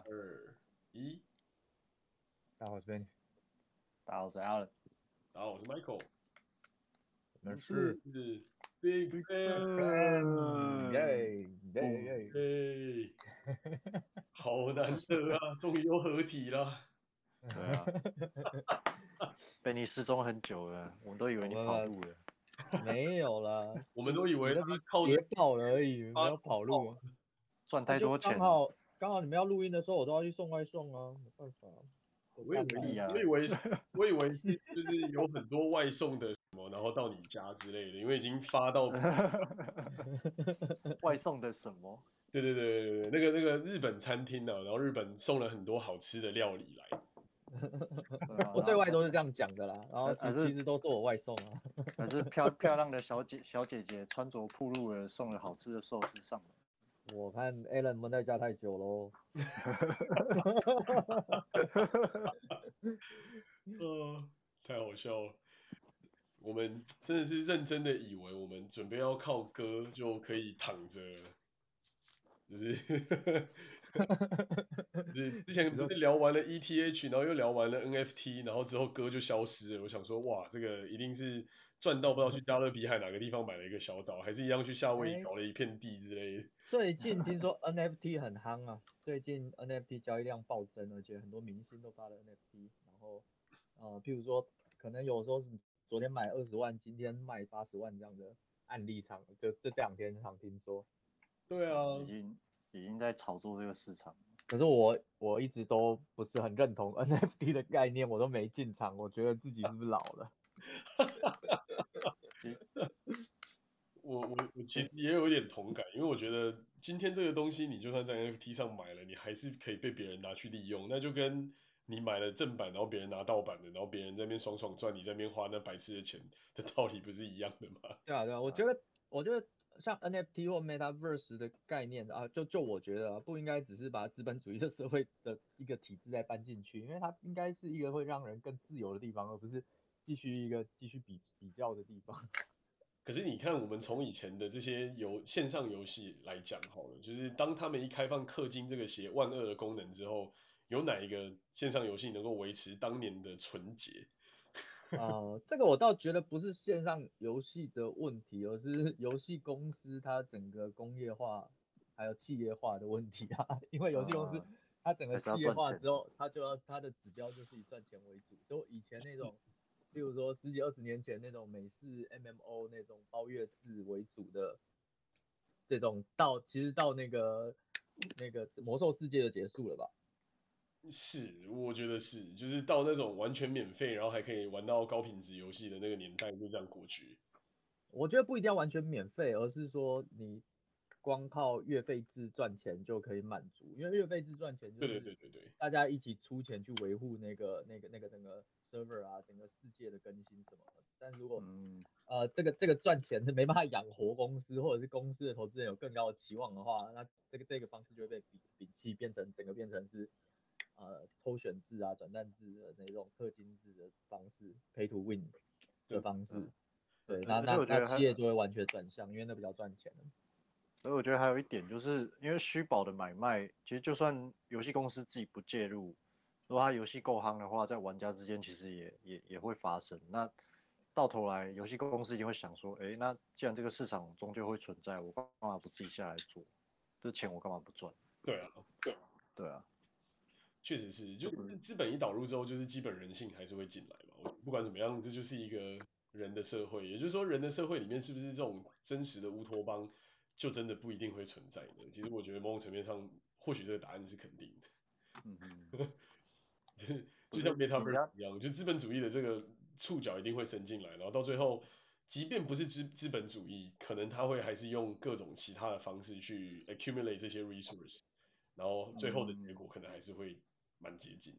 二一， 大家好，我是 Benny， 大家好，我是 Alan。 好，我是 Michael， 我们是 Big Big Bang， Bang， 耶耶耶！ 耶，好难得啊，终于又合体了。 对啊，被你失踪很久了，我们都以为你跑我路了。 没有啦， 我们就都以为他你那边靠着捷报了而已，没发有跑路啊。 赚太那就多钱， 刚好你们要录音的时候，我都要去送外送啊，没办法，都我以为干来了。 屁啊！ 我以为是就是有很多外送的什么，然后到你家之类的，因为已经发到， 外送的什么？ 对对对对对，那个日本餐厅啊，然后日本送了很多好吃的料理来。 对啊， 我对外都是这样讲的啦，然后还还是其实都是我外送啊。 还是漂亮的小姐姐穿着暴露了，送了好吃的寿司上门。 我看 Alan 闷在家太久喽。 呃，太好笑了。我们真的是认真的以为我们准备要靠歌就可以躺着了，就是就是之前你说不是聊完了 ETH，然后又聊完了 NFT，然后之后歌就消失了。我想说，哇，这个一定是赚到不知道去加勒比海哪个地方买了一个小岛，还是一样去夏威夷哎， 搞了一片地之类的。 最近听说 NFT 很夯啊，最近 NFT 交易量暴增，而且很多明星都发了 NFT，然后譬如说可能有时候是昨天买20万，今天卖80万这样的案例场，这两天常听说。 对啊， 已经在炒作这个市场。 可是我一直都不是很认同 NFT 的概念，我都没进场，我觉得自己是不是老了？ 其实我其实也有一点同感，因为我觉得今天这个东西，你就算在 NFT 上买了，你还是可以被别人拿去利用，那就跟你买了正版，然后别人拿盗版的，然后别人在那边爽爽赚，你在那边花那白痴的钱的道理不是一样的吗？ 对啊，对啊，我觉得像 NFT 或 Metaverse 的概念啊，就我觉得啊，不应该只是把资本主义的社会的一个体制再搬进去，因为它应该是一个会让人更自由的地方，而不是继续比较的地方。 可是你看，我们从以前的这些线上游戏来讲好了，就是当他们一开放氪金这个邪万恶的功能之后，有哪一个线上游戏能够维持当年的纯洁？ 这个我倒觉得不是线上游戏的问题，而是游戏公司它整个工业化还有企业化的问题啊。因为游戏公司呃， 它整个还是要企业赚钱。 化之后，它的指标就是以赚钱为主。都以前那种，例如说十几20年前那种美式 MMO 那种包月制为主的这种，其实到那个魔兽世界的结束了吧？ 是，我觉得是，就是到那种完全免费，然后还可以玩到高品质游戏的那个年代，就这样过去。 我觉得不一定要完全免费，而是说你光靠月费制赚钱就可以满足，因为月费制赚钱就对对是对对对， 大家一起出钱去维护那个整个 server 啊，整个世界的更新什么的。但如果嗯， 这个赚钱是没办法养活公司，或者是公司的投资人有更高的期望的话，那这个方式就会被摒弃，整个变成是抽选制啊、转蛋制的那种氪金制的方式，pay to win 的真方式。 嗯， 对，那而且那那企我觉得还， 业就会完全转向，因为那比较赚钱的。 所以我觉得还有一点，就是因为虚宝的买卖，其实就算游戏公司自己不介入，如果它游戏够夯的话，在玩家之间其实也会发生。那到头来，游戏公司一定会想说，诶，那既然这个市场终究会存在，我干嘛不自己下来做？这钱我干嘛不赚？ 对啊， 对啊， 确实是，就就是资本一导入之后，就是基本人性还是会进来嘛。不管怎么样，这就是一个人的社会，也就是说，人的社会里面是不是这种真实的乌托邦，就真的不一定会存在的。其实我觉得某种层面上，或许这个答案是肯定的。 嗯哼， 就是我觉得就像你 Metaverse 家一样，就资本主义的这个触角一定会伸进来，然后到最后，即便不是资本主义，可能他会还是用各种其他的方式去 accumulate 这些 resource，然后最后的结嗯， 果可能还是会蛮接近。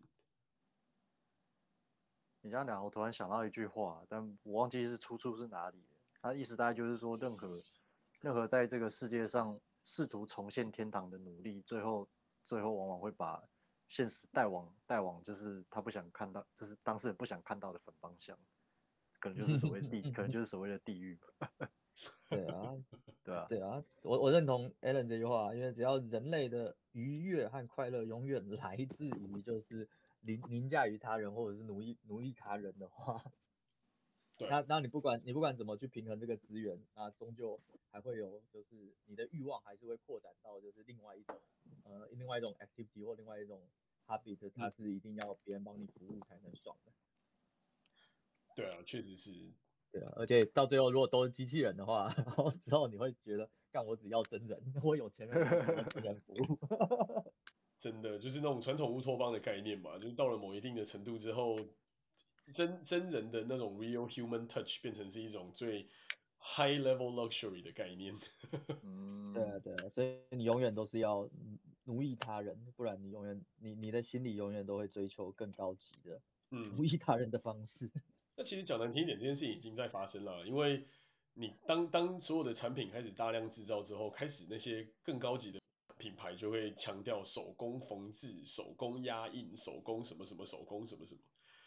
你这样讲，我突然想到一句话，但我忘记是出处是哪里了。它意思大概就是说，任何在这个世界上试图重现天堂的努力，最后往往会把现实带往就是他不想看到，就是当事人不想看到的反方向，可能就是所谓的地狱吧。 对啊， 对啊， 对啊，我认同 Alan 这句话，因为只要人类的愉悦和快乐永远来自于就是凌驾于他人或者是奴役他人的话， 对啊， 那你不管怎么去平衡这个资源，那终究还会有就是你的欲望还是会扩展到就是另外一种 activity 或另外一种 habit，它嗯， 是一定要别人帮你服务才能爽的。 对啊，确实是。 对啊，而且到最后如果都是机器人的话，然后之后你会觉得，干我只要真人，我有钱人我只要真人服务。 真的就是那种传统乌托邦的概念嘛，就是到了某一定的程度之后，真人的那种 real human touch 变成是一种最 high level luxury 的概念。 对啊， 嗯， 对啊，所以你永远都是要奴役他人，不然你永远你的心里永远都会追求更高级的嗯， 奴役他人的方式。 那其实讲难听一点，这件事情已经在发生了，因为你当所有的产品开始大量制造之后，开始那些更高级的品牌就会强调手工缝制、手工压印、手工什么什么、手工什么什么。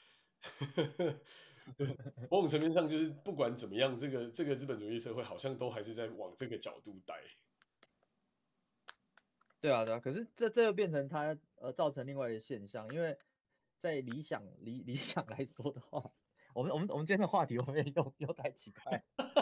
某种层面上就是不管怎么样，这个资本主义社会好像都还是在往这个角度带。 对啊，对啊，可是这又变成它造成另外一个现象，因为在理想来说的话，我们今天的话题我们也又太奇怪。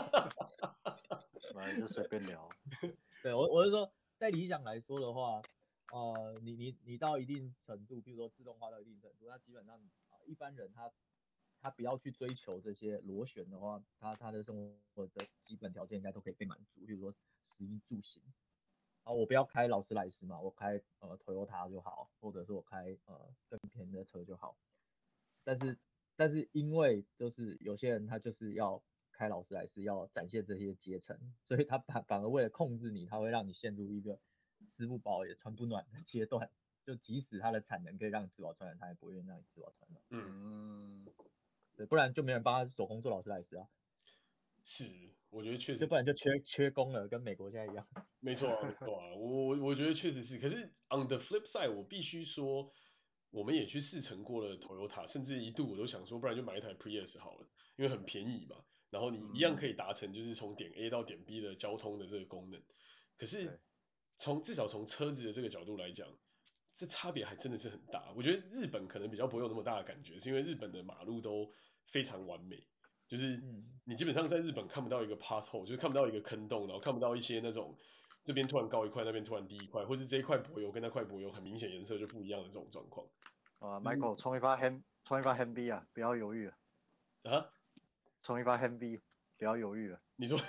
反正就随便聊。 对，我是说，在理想来说的话，你到一定程度，比如说自动化到一定程度，那基本上一般人他不要去追求这些螺旋的话，他的生活的基本条件应该都可以被满足，比如说食衣住行。啊，我不要开劳斯莱斯嘛，我开Toyota 就好，或者是我开更便宜的车就好。但是因为就是有些人他就是要开劳斯莱斯，要展现这些阶层，所以他反而为了控制你，他会让你陷入一个吃不饱也穿不暖的阶段。就即使它的产能可以让你吃饱穿暖，他也不会愿意让你吃饱穿暖。 嗯， 嗯， 对，不然就没人帮他手工做劳斯莱斯啊， 是，我觉得确实就不然就缺工了，跟美国现在一样。 没错啊，没错啊，我觉得确实是。可是 on the flip side，我必须说，我们也去试乘过了 Toyota，甚至一度我都想说，不然就买一台 Prius 好了，因为很便宜嘛，然后你一样可以嗯， 达成就是从点 A 到点 B 的交通的这个功能。可是对， 至少从车子的这个角度来讲，这差别还真的是很大。我觉得日本可能比较不会有那么大的感觉，是因为日本的马路都非常完美，就是嗯， 你基本上在日本看不到一个 pothole，就是看不到一个坑洞，然后看不到一些那种这边突然高一块，那边突然低一块，或是这一块柏油跟那块柏油很明显颜色就不一样的这种状况。 啊就是 ，Michael 冲一发 Hand B 啊，不要犹豫了， 啊， 冲一发 Hand B，不要犹豫了。 你说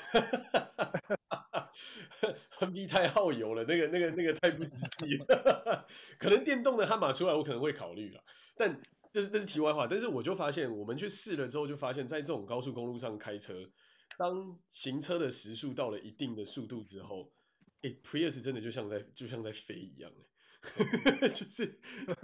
亨 B 太耗油了，那个太不实际了，可能电动的悍马出来我可能会考虑了，但这是题外话。但是我就发现，我们去试了之后就发现，在这种高速公路上开车，当行车的时速到了一定的速度之后，Prius 真的就像在飞一样，就是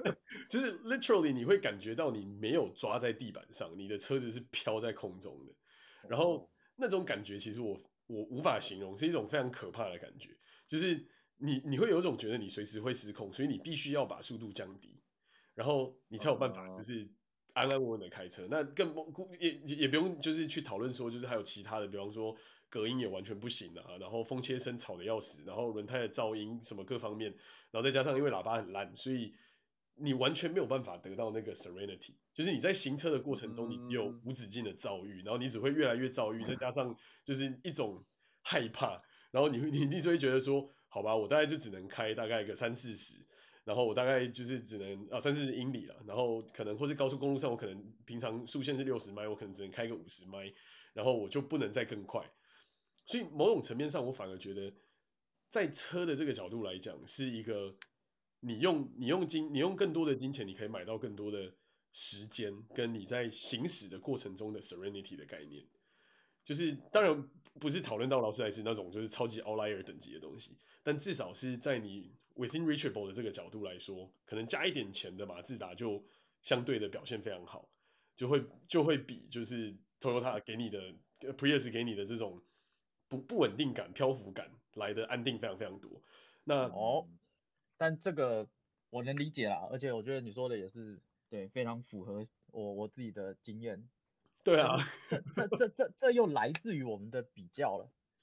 literally 你会感觉到你没有抓在地板上，你的车子是飘在空中的。然后哦， 那种感觉其实我无法形容，是一种非常可怕的感觉，就是你会有一种觉得你随时会失控，所以你必须要把速度降低，然后你才有办法就是安安稳稳的开车。那更也不用就是去讨论说就是还有其他的，比方说隔音也完全不行啊，然后风切声吵得要死，然后轮胎的噪音什么各方面，然后再加上因为喇叭很烂，所以你完全没有办法得到那个 serenity，就是你在行车的过程中，你只有嗯， 无止境的躁郁，然后你只会越来越躁郁，再加上就是一种害怕，然后你一直会觉得说，好吧，我大概就只能开大概个30-40，然后我大概就是只能30-40英里了，然后可能或是高速公路上，我可能平常速限是60迈，我可能只能开个50迈，然后我就不能再更快，所以某种层面上，我反而觉得，在车的这个角度来讲，是一个你用更多的金钱，你可以买到更多的时间，跟你在行驶的过程中的 serenity 的概念。就是当然不是讨论到劳斯莱斯那种就是超级 outlier 等级的东西，但至少是在你 within reachable 的这个角度来说，可能加一点钱的马自达就相对的表现非常好，就会比就是 Toyota 给你的Prius 给你的这种不稳定感、漂浮感来的安定非常非常多。那哦， 嗯， 但这个我能理解啦，而且我觉得你说的也是对，非常符合我自己的经验。 对啊， 但是这又来自于我们的比较了。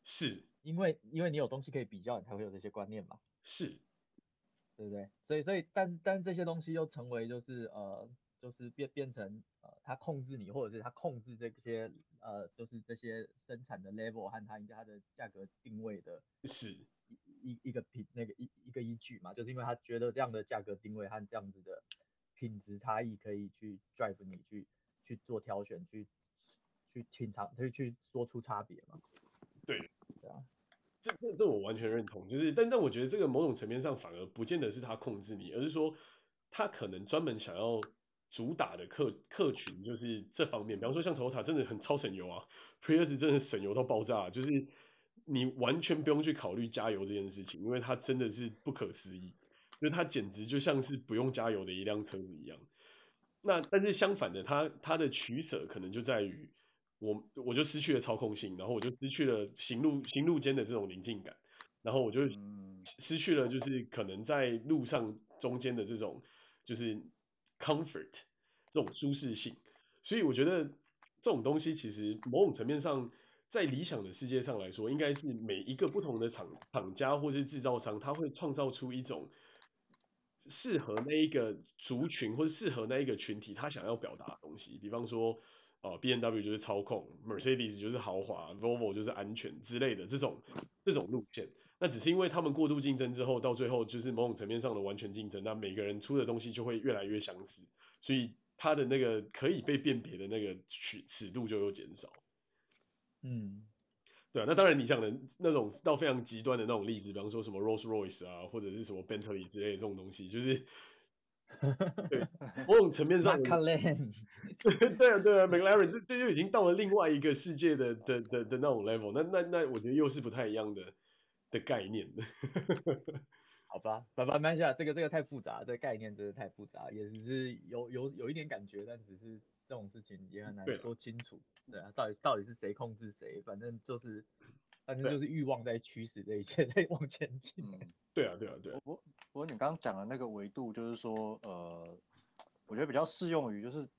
是因为你有东西可以比较，你才会有这些观念嘛。 是， 对不对？所以但是这些东西又成为就是变成它控制你，或者是它控制这些就是这些生产的 level 和它的价格定位的是， 一个一个依据嘛，就是因为他觉得这样的价格定位和这样子的品质差异可以去 drive 你去做挑选，去品尝，去说出差别嘛。 对。 对啊。 这我完全认同，就是但我觉得这个某种层面上反而不见得是他控制你，而是说他可能专门想要主打的客群就是这方面，比方说像 Toyota 真的很超省油啊，Prius 真的省油到爆炸，就是你完全不用去考虑加油这件事情，因为它真的是不可思议，就是它简直就像是不用加油的一辆车子一样。那但是相反的，它的取舍可能就在于我就失去了操控性，然后我就失去了行路间的这种宁静感，然后我就嗯失去了就是可能在路上中间的这种就是 comfort 这种舒适性，所以我觉得这种东西其实某种层面上，在理想的世界上来说，应该是每一个不同的厂家或是制造商，他会创造出一种适合那一个族群或者适合那一个群体他想要表达的东西。比方说，B&W 就是操控，Mercedes 就是豪华，Volvo 就是安全之类的这种路线。那只是因为他们过度竞争之后，到最后就是某种层面上的完全竞争，那每个人出的东西就会越来越相似，所以它的那个可以被辨别的那个尺度就有减少。 嗯。 对啊，那当然你讲的那种到非常极端的那种例子，比方说什么 Rolls Royce 啊，或者是什么 Bentley 之类的这种东西，就是对某种层面上的， McLaren。 对啊对啊，McLaren 这就已经到了另外一个世界的那种 level，那我觉得又是不太一样的概念的。 好吧，没关系啊，这个太复杂，这个概念真的太复杂，也只是有一点感觉，但只是这种事情也很难对了， 说清楚。对啊，到底是谁控制谁，反正对啊就是欲望在驱使这一切在往前进。 嗯， 对啊对啊对啊， 不过你刚刚讲的那个维度，就是说我觉得比较适用于就是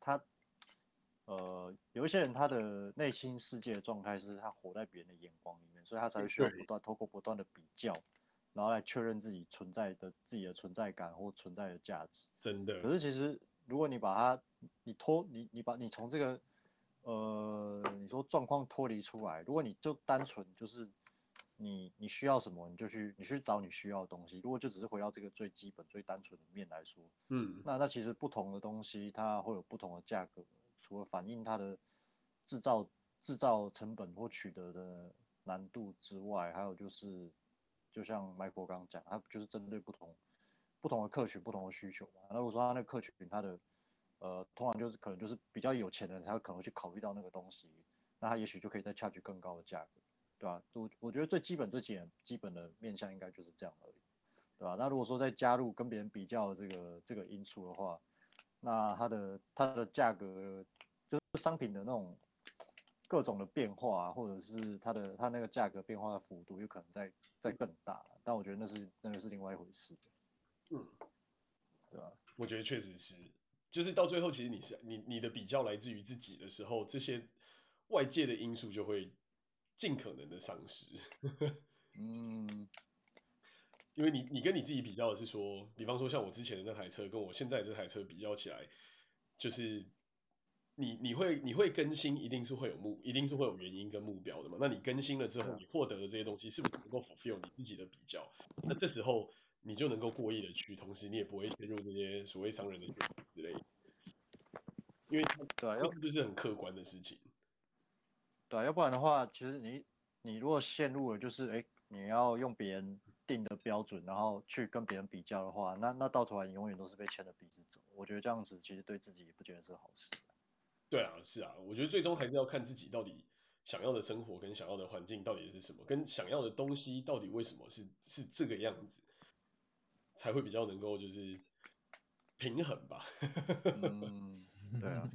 有一些人他的内心世界的状态是他活在别人的眼光里面，所以他才会需要对， 透过不断的比较，然后来确认自己的存在感或存在的价值。 真的， 可是其实如果你把它你从这个你说状况脱离出来，如果你就单纯就是你需要什么你去找你需要的东西，如果就只是回到这个最基本最单纯的面来说， 嗯， 那其实不同的东西它会有不同的价格，除了反映它的制造制造成本或取得的难度之外，还有就是就像 Michael 刚刚讲，它就是针对不同的客群、不同的需求嘛。那如果说他那个客群他的通常就是可能就是比较有钱的人才会可能会去考虑到那个东西，那他也许就可以再 charge 更高的价格，对吧？我觉得最基本最基本的面向应该就是这样而已，对吧？那如果说再加入跟别人比较的这个因素的话，那它的价格就是商品的那种各种的变化啊，或者是它那个价格变化的幅度有可能再更大，但我觉得那个是另外一回事， 嗯， 对吧？ 我觉得确实是，就是到最后其实你的比较来自于自己的时候，这些外界的因素就会尽可能的丧失。 嗯， 因为你跟你自己比较的是说，比方说像我之前的那台车跟我现在这台车比较起来，就是你会更新，一定是会有原因跟目标的嘛。那你更新了之后， 对啊， 你获得的这些东西是不是能够 fulfill 你自己的比较？那这时候你就能够过意的去，同时你也不会陷入这些所谓商人的陷阱之类的，因为对啊， 它就是很客观的事情。 对啊，要不然的话，其实你如果陷入了就是你要用别人定的标准，然后去跟别人比较的话，那到头来你永远都是被牵着鼻子走。我觉得这样子其实对自己也不觉得是好事。 对啊，是啊，我觉得最终还是要看自己到底想要的生活跟想要的环境到底是什么，跟想要的东西到底为什么是这个样子，才会比较能够就是平衡吧。 嗯，对啊，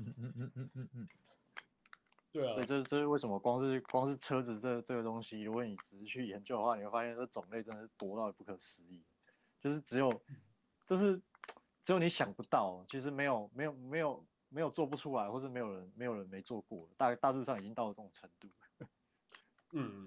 对啊， 所以这是为什么光是车子这个东西，如果你只是去研究的话，你会发现这种类真的是多到不可思议，就是就是只有你想不到，其实没有做不出来，或是没有人没做过，大致上已经到了这种程度。 嗯，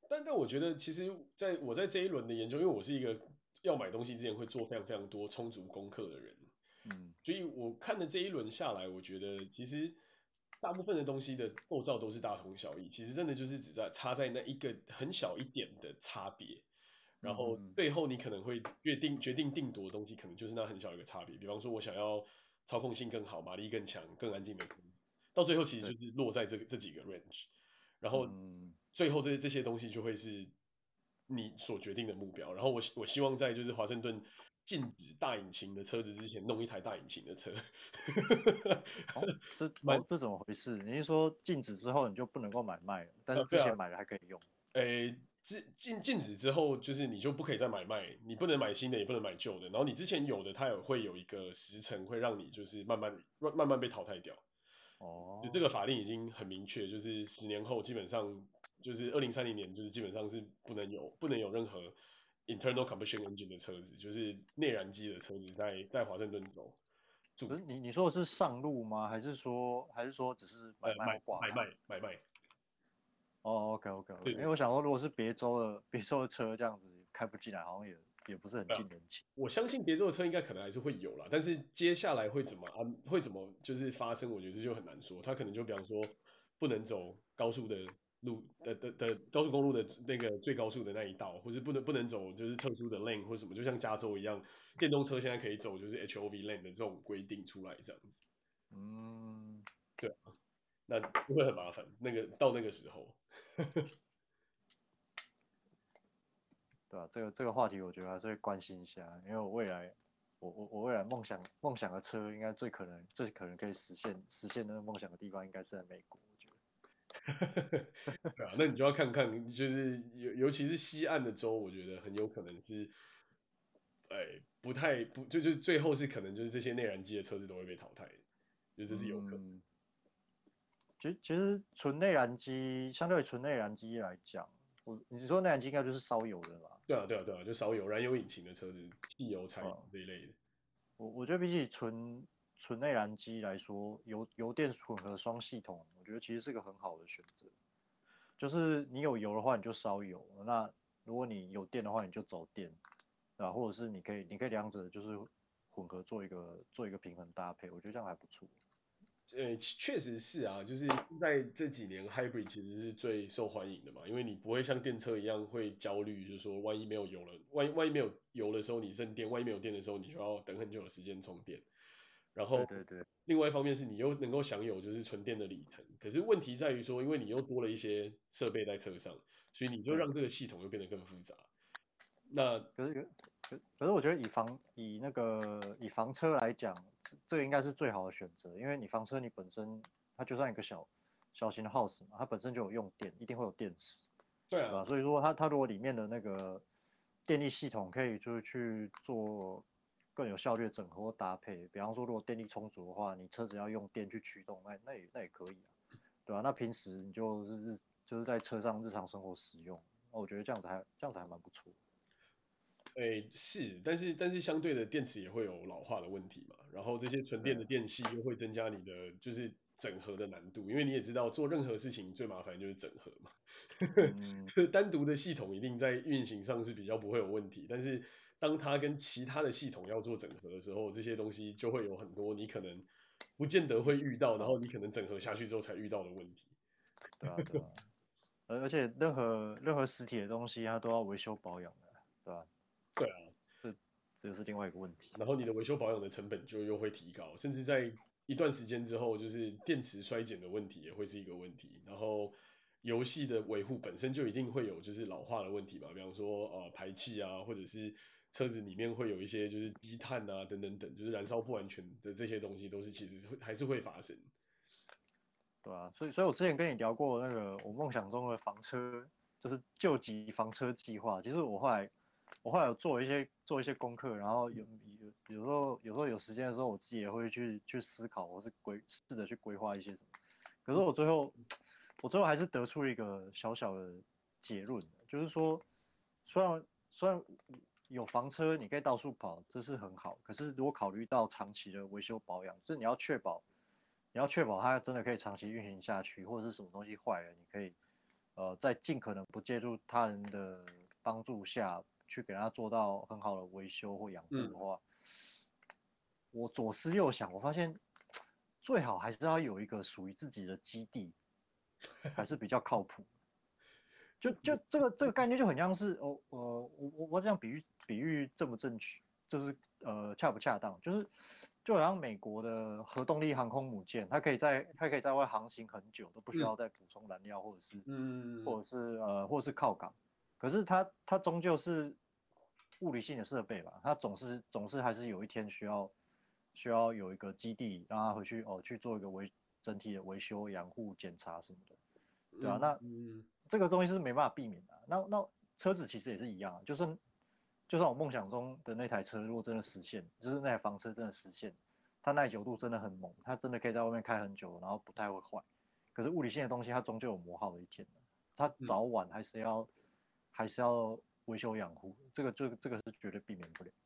但我觉得其实我在这一轮的研究，因为我是一个要买东西之前会做非常非常多充足功课的人， 嗯所以我看的这一轮下来，我觉得其实大部分的东西的构造都是大同小异，其实真的就是只在差在那一个很小一点的差别，然后嗯最后你可能会决定定夺的东西，可能就是那很小一个差别。比方说，我想要操控性更好、马力更强、更安静的车子，到最后其实对， 就是落在这几个 range，然后嗯最后这些东西就会是你所决定的目标。然后我希望在就是华盛顿禁止大引擎的车子之前，弄一台大引擎的车。 哦蛮这怎么回事？你是说禁止之后你就不能够买卖了，但是对啊， 之前买了还可以用？ 诶，禁止之后，就是你就不可以再买卖，你不能买新的，也不能买旧的。然后你之前有的，它也会有一个时程，会让你就是慢慢被淘汰掉。就这哦， 个法令已经很明确，就是10年后基本上就是2030年，就是基本上是不能有任何 internal combustion engine 的车子，就是内燃机的车子在华盛顿州不是驻你说的是上路吗？还是说只是买卖或挂牌？ 买卖， 哦，OK，因为对对我想说，如果是别州的车这样子开不进来，好像也不是很对啊。 近人情。 我相信别州的车应该可能还是会有啦，但是接下来会怎么就是发生，我觉得这就很难说。他可能就比方说不能走高速的高速公路的那个最高速的那一道，或是不能走就是特殊的 lane 或什么，就像加州一样，电动车现在可以走就是 HOV lane 的这种规定出来这样子。 嗯， 对啊，那就会很麻烦。到那个时候， 对啊，这个话题我觉得还是会关心一下，因为我未来我未来梦想的车，应该最可能可以实现那个梦想的地方，应该是在美国，我觉得。 对啊，那你就要看看，就是尤其是西岸的州，我觉得很有可能是，哎，不太不就是最后是可能就是这些内燃机的车子都会被淘汰，就这是有可能。 嗯，其实纯内燃机相对于纯内燃机来讲，你说内燃机应该就是烧油的吧？ 对啊，就少有燃油引擎的车子，汽油、柴油嗯， 这一类的。 我觉得比起纯内燃机来说，油电混合双系统，我觉得其实是个很好的选择。就是你有油的话，你就烧油；那如果你有电的话，你就走电，啊，或者是你可以两者就是混合做一个平衡搭配，我觉得这样还不错。 确实是啊，就是在这几年，hybrid 其实是最受欢迎的嘛，因为你不会像电车一样会焦虑，就是说万一没有油了，万一没有油的时候你剩电，万一没有电的时候你就要等很久的时间充电。然后对， 另外一方面是你又能够享有就是纯电的里程，可是问题在于说，因为你又多了一些设备在车上，所以你就对。 让这个系统又变得更复杂。那可是我觉得以房车来讲，这个应该是最好的选择，因为你房车你本身它就算一个小型的 house 嘛，它本身就有用电，一定会有电池， 对啊， 对吧？所以说它如果里面的那个电力系统可以就是去做更有效率的整合或搭配，比方说如果电力充足的话，你车子要用电去驱动，那也可以啊，对吧？那平时你就是在车上日常生活使用，那我觉得这样子还蛮不错。 诶是，但是相对的电池也会有老化的问题嘛，然后这些纯电的对， 电系又会增加你的就是整合的难度，因为你也知道做任何事情最麻烦就是整合嘛， 嗯， 就是单独的系统一定在运行上是比较不会有问题，但是当它跟其他的系统要做整合的时候，这些东西就会有很多你可能不见得会遇到，然后好， 你可能整合下去之后才遇到的问题。 对啊，而且任何实体的东西它都要维修保养的，对吧？ 对啊。 这这是另外一个问题。 然后你的维修保养的成本就又会提高，甚至在一段时间之后，就是电池衰减的问题也会是一个问题。然后游戏的维护本身就一定会有就是老化的问题嘛，比方说排气啊，或者是车子里面会有一些就是积碳啊等，就是燃烧不完全的这些东西都是其实还是会发生。 对啊，所以我之前跟你聊过那个我梦想中的房车，就是救急房车计划。其实我后来有做一些功课，然后有时候有时间的时候，我自己也会去思考，或是试着去规划一些什么。可是我最后还是得出一个小小的结论，就是说虽然有房车你可以到处跑，这是很好，可是如果考虑到长期的维修保养，就是你要确保它真的可以长期运行下去，或者是什么东西坏了，你可以在尽可能不介入他人的帮助下去给他做到很好的维修或养护的话，我左思右想，我发现最好还是要有一个属于自己的基地，还是比较靠谱。就这个概念就很像是我这样比喻正不正确，就是恰不恰当，就好像美国的核动力航空母舰，它可以在外航行很久，都不需要再补充燃料或者是靠港，可是它终究是物理性的设备吧，它总是还是有一天需要有一个基地让它回去去做一个整体的维修、养护、检查什么的。对啊，那这个东西是没办法避免的。那车子其实也是一样啊，就算我梦想中的那台车如果真的实现，就是那台房车真的实现，它耐久度真的很猛，它真的可以在外面开很久，然后不太会坏。可是物理性的东西它终究有磨耗的一天的，它早晚还是要维修养护，这个是绝对避免不了。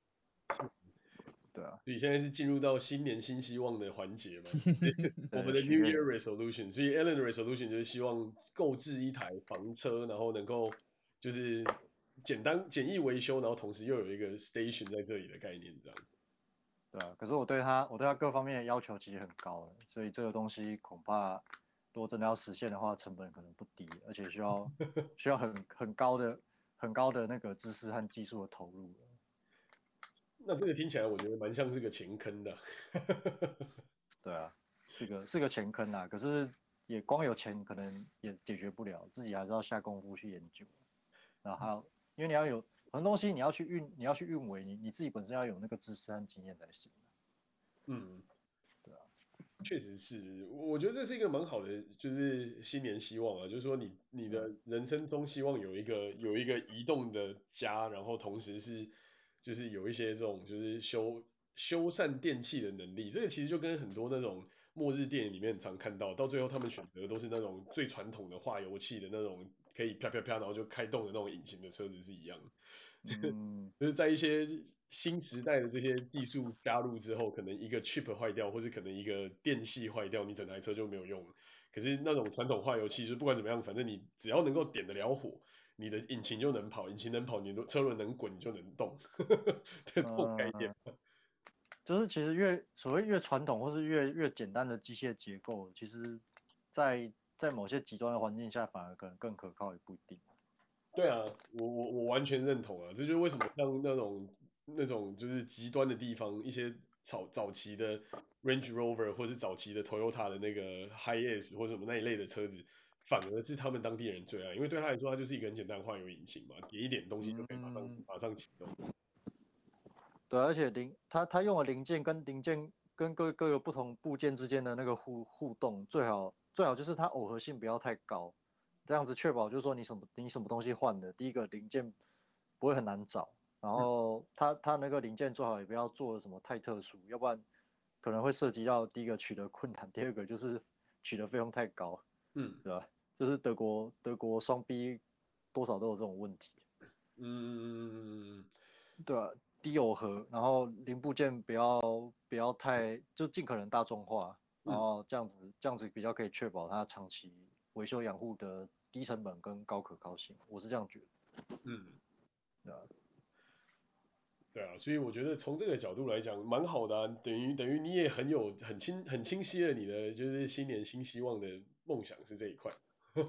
对啊， 所以现在是进入到新年新希望的环节嘛？我们的 New 许愿 Year Resolution，所以 Alan 的 Resolution 就是希望购置一台房车，然后能够就是简易维修，然后同时又有一个 station 在这里的概念，这样。 对啊，可是我对他各方面的要求其实很高的，所以这个东西恐怕如果真的要实现的话，成本可能不低，而且需要很高的那个知识和技术的投入。 那这个听起来我觉得蛮像是个钱坑的。 对啊，是个钱坑啊，可是也光有钱可能也解决不了，自己还是要下功夫去研究。然后还有，因为你要有很多东西你要去运维，你自己本身要有那个知识和经验才行。 嗯， 对啊， 确实是，我觉得这是一个蛮好的，就是新年希望啊，就是说你的人生中希望有一个移动的家，然后同时是就是有一些这种就是修缮电器的能力，这个其实就跟很多那种末日电影里面很常看到，到最后他们选择都是那种最传统的化油器的那种可以啪啪啪然后就开动的那种引擎的车子是一样的。 嗯， 就是在一些新时代的这些技术加入之后，可能一个 chip 坏掉，或是可能一个电系坏掉，你整台车就没有用了。可是那种传统化油器，就是不管怎么样，反正你只要能够点得了火，你的引擎就能跑，引擎能跑，你的车轮能滚，你就能动。这种概念。 就是其实所谓越传统或是越简单的机械结构，其实在某些极端的环境下，反而可能更可靠，也不一定。 对啊，我完全认同啊，这就是为什么像那种就是极端的地方，一些早期的 Range Rover 或是早期的 Toyota 的那个 Hiace 或者什么那一类的车子，反而是他们当地人最爱，因为对他来说，它就是一个很简单的化油引擎嘛，点一点东西就可以马上启动。 对，而且它用的零件跟各个不同部件之间的那个互动，最好就是它耦合性不要太高，这样子确保就是说你什么东西换的，第一个零件不会很难找，然后它那个零件最好也不要做的什么太特殊，要不然可能会涉及到第一个取得困难，第二个就是取得费用太高， 嗯对吧？就是德国双 B 多少都有这种问题。 嗯， 对啊，低耦合，然后零部件不要太，就尽可能大众化，然后这样子比较可以确保它长期维修养护的低成本跟高可靠性，我是这样觉得。 嗯。 对啊， 对啊，所以我觉得从这个角度来讲，蛮好的啊，等于你也很清晰了你的就是新年新希望的梦想是这一块。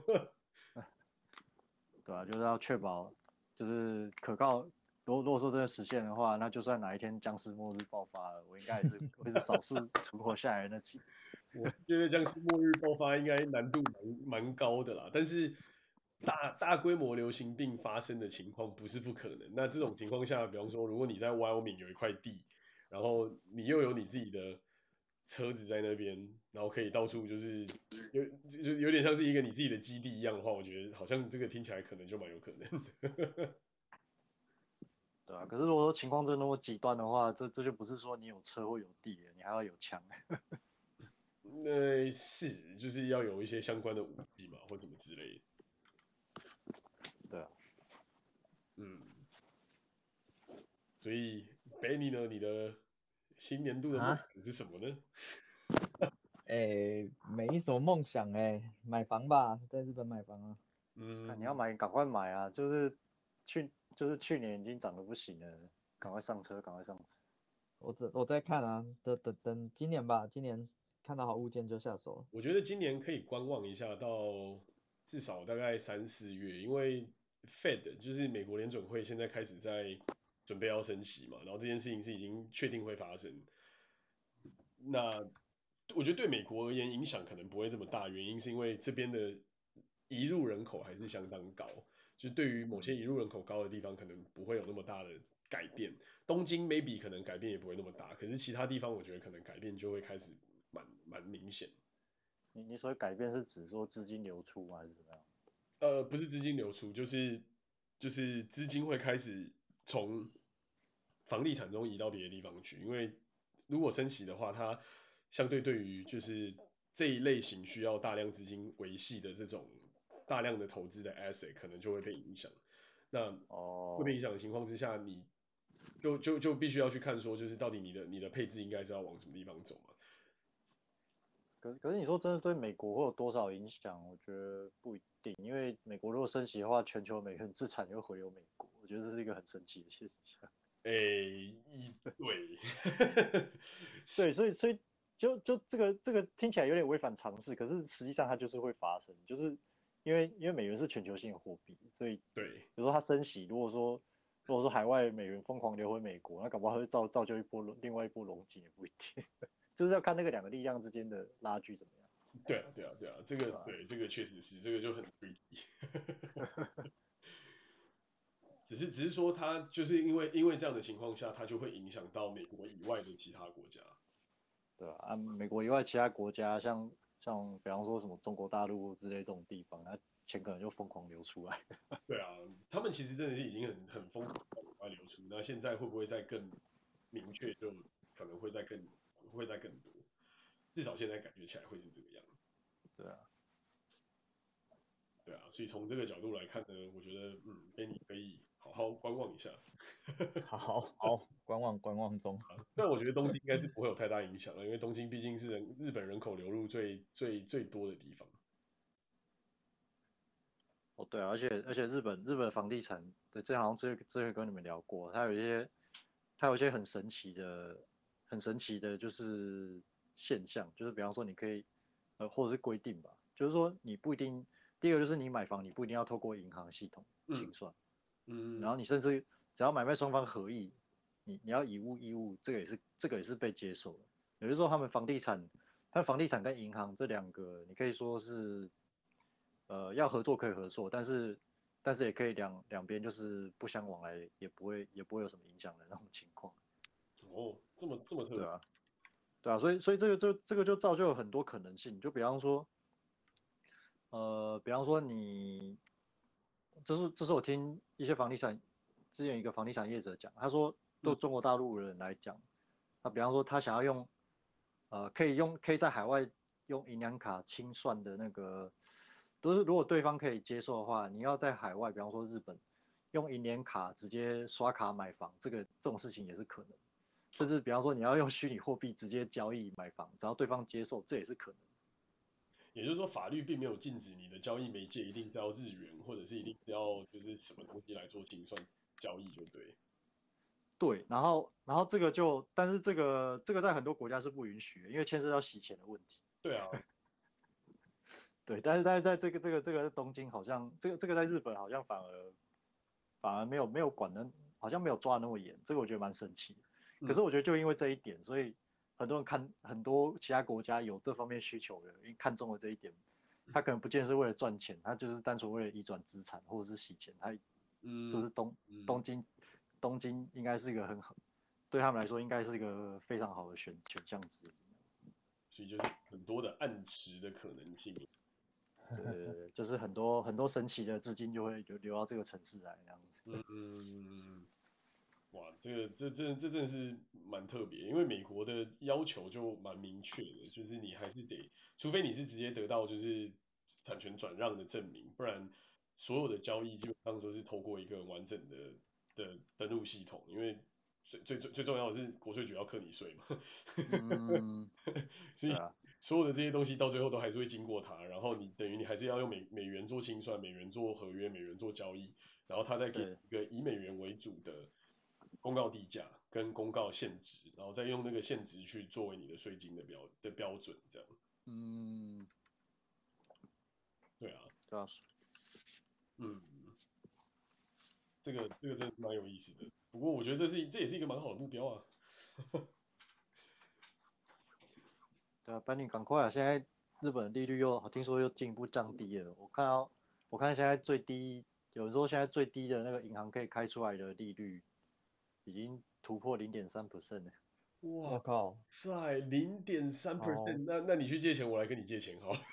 对啊，就是要确保就是可靠。如果说真的实现的话，那就算哪一天僵尸末日爆发了，我应该也是会是少数存活下来的那几个。 我是觉得僵尸末日爆发应该难度蛮高的啦，但是大规模流行病发生的情况不是不可能。那这种情况下，比方说如果你在 Wyoming 有一块地，然后你又有你自己的车子在那边，然后可以到处就有点像是一个你自己的基地一样的话，我觉得好像这个听起来可能就蛮有可能的。 对啊，可是如果说情况真的那么极端的话，这就不是说你有车或有地了，你还要有枪。 是，就是要有一些相关的武器嘛，或什么之类的。 对啊。 嗯，所以 Benny 呢，你的新年度的梦啊， 想是什么呢？ 没什么梦想买房吧，在日本买房啊。 看你要嗯， 买赶快买啊，就是去年已经涨得不行了，赶快上车，赶快上车。 我在看啊，等今年吧，今年看到好物件就下手了。 我觉得今年可以观望一下，到至少大概3、4月，因为 Fed 就是美国联准会现在开始在准备要升息嘛，然后这件事情是已经确定会发生。那我觉得对美国而言影响可能不会这么大，原因是因为这边的移入人口还是相当高，就对于某些移入人口高的地方可能不会有那么大的改变。东京 maybe 可能改变也不会那么大，可是其他地方我觉得可能改变就会开始蛮明显。 你所谓改变是指说资金流出吗还是怎么样？ 不是资金流出，就是资金会开始从房地产中移到别的地方去，因为如果升息的话，它相对对于就是这一类型需要大量资金维系的这种大量的投资的 asset 可能就会被影响。那会被哦， 影响的情况之下，你就必须要去看说，就是到底你的配置应该是要往什么地方走嘛？ 可是你说真的对美国会有多少影响？我觉得不一定，因为美国如果升息的话，全球每个人资产又回流美国，我觉得这是一个很神奇的现象。 对， 对，所以就这个听起来有点违反常识，可是实际上它就是会发生，就是因为美元是全球性的货币，所以对， 有时候它升息，如果说海外美元疯狂流回美国，那搞不好会造就另外一波龙井也不一定，就是要看那个两个力量之间的拉锯怎么样， 对啊，对啊，对啊， 对吧？ 这个确实是，这个就很 tricky。只是说它就是因为这样的情况下，它就会影响到美国以外的其他国家。 对吧？啊，美国以外其他国家，像比方说什么中国大陆之类这种地方，那钱可能就疯狂流出来。 对啊，他们其实真的是已经很疯狂地往外流出，那现在会不会再更明确，就可能会再更多，至少现在感觉起来会是这个样子。 对啊， 对啊，所以从这个角度来看呢，我觉得你可以好好观望一下。 好，观望中。 但我觉得东京应该是不会有太大影响了，因为东京毕竟是日本人口流入最多的地方。 哦对啊，而且日本房地产，对，这好像之前跟你们聊过，它有一些很神奇的就是现象，就是比方说你可以或者是规定吧，就是说你不一定，第一个就是你买房你不一定要透过银行系统嗯清算，然嗯后你甚至只要买卖双方合意，你要以物易物，这个也是被接受的。也就是说，他们房地产跟银行这两个，你可以说是要合作可以合作，但是也可以两边就是不相往来，也不会有什么影响的那种情况。 哦，这么特别。 对啊，对啊，所以这个就造就了很多可能性，就比方说你，这是我听一些之前一个房地产业者讲，他说对嗯中国大陆人来讲，那比方说他想要可以在海外用银行卡清算的那个，都是如果对方可以接受的话，你要在海外，比方说日本，用银联卡直接刷卡买房，这种事情也是可能，甚至比方说你要用虚拟货币直接交易买房，只要对方接受，这也是可能。 也就是说，法律并没有禁止你的交易媒介一定是要日元，或者是一定是要就是什么东西来做清算交易，就对。 对，然后但是这个在很多国家是不允许的，因为牵涉到洗钱的问题。 对啊， 对，但是在这个东京好像这个在日本好像反而没有管的，好像没有抓的那么严，这个我觉得蛮神奇的。可嗯， 是我觉得就因为这一点，所以很多其他国家有这方面需求的，因为看中了这一点，他可能不见得是为了赚钱，他就是单纯为了移转资产或者是洗钱，他就嗯是东嗯， 京东京应该是一个很好，对他们来说应该是一个非常好的选项之一。 所以就是很多的暗池的可能性。 对，就是很多神奇的资金就会流到这个城市来这样子。 嗯，哇，这真的是蛮特别，因为美国的要求就蛮明确的，就是你还是得，除非你是直接得到就是产权转让的证明，不然所有的交易基本上都是透过一个完整的登录系统，因为最重要的是国税局要课你税嘛， 嗯， 所以对啊， 所有的这些东西到最后都还是会经过它，然后你等于你还是要用美元做清算，美元做合约，美元做交易，然后他再给对， 一个以美元为主的公告地价跟公告现值，然后再用那个现值去作为你的税金的标准，这样。 嗯， 对啊， 对啊， 嗯，这个真的是蛮有意思的。不过我觉得这也是一个蛮好的目标啊。 对啊，班尼赶快啊！现在日本利率听说又进一步降低了，我看现在最低，有人说现在最低的那个银行可以开出来的利率已经突破0.3%了。 哇我靠， 塞，0.3%， 好， 那你去借钱，我来跟你借钱好了。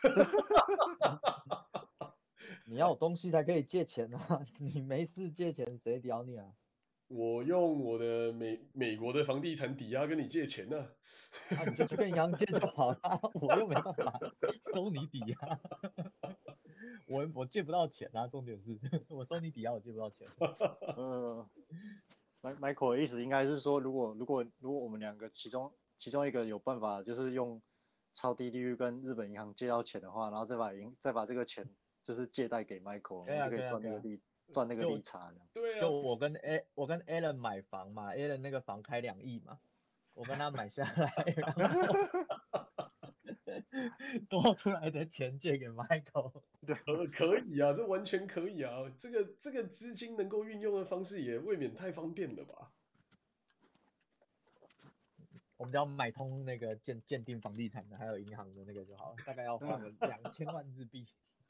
你要有东西才可以借钱啊，你没事借钱谁屌你啊？ 我用我的美国的房地产抵押跟你借钱呢、 啊，你就去跟银行借就好了，我又没办法收你抵押，我借不到钱啊，重点是我收你抵押我借不到钱。 呃，Michael 的意思应该是说，如果我们两个其中一个有办法，就是用超低利率跟日本银行借到钱的话，然后再把这个钱就是借贷给 Michael，我可以啊， 们就可以可以啊，可以啊， 赚那个就利差这样。 对啊， 就我跟 Alan 买房嘛，Alan 那个房开2亿嘛，我跟他买下来，然后多出来的钱借给 Michael。 可以啊，这完全可以啊，这个资金能够运用的方式也未免太方便了吧？ 我们只要买通那个鉴定房地产的，还有银行的那个就好了，大概要花个2000万日币。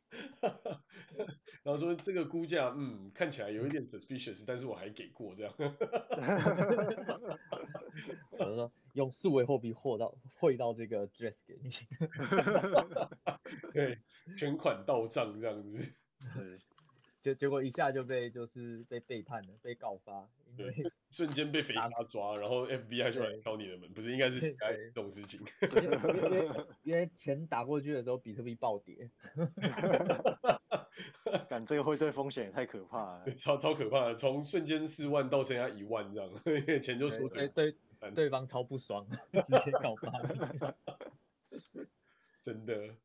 然后说这个估价，看起来有一点 suspicious，但是我还给过这样。 我就说用数位货币汇到这个 dress 给你。 对，全款到账这样子。 对， 结果一下就被背叛了，被告发，因对， 为瞬间被肥打咖抓，然后 FBI 就来对敲你的门，不是应该是 CIA 对， 这种事情。 因为钱打过去的时候，比特币暴跌。 感这个汇兑风险也太可怕了。 对，超可怕的，从瞬间4万到剩下1万这样，因为钱就缩水对方超不爽，直接告发你。 真的，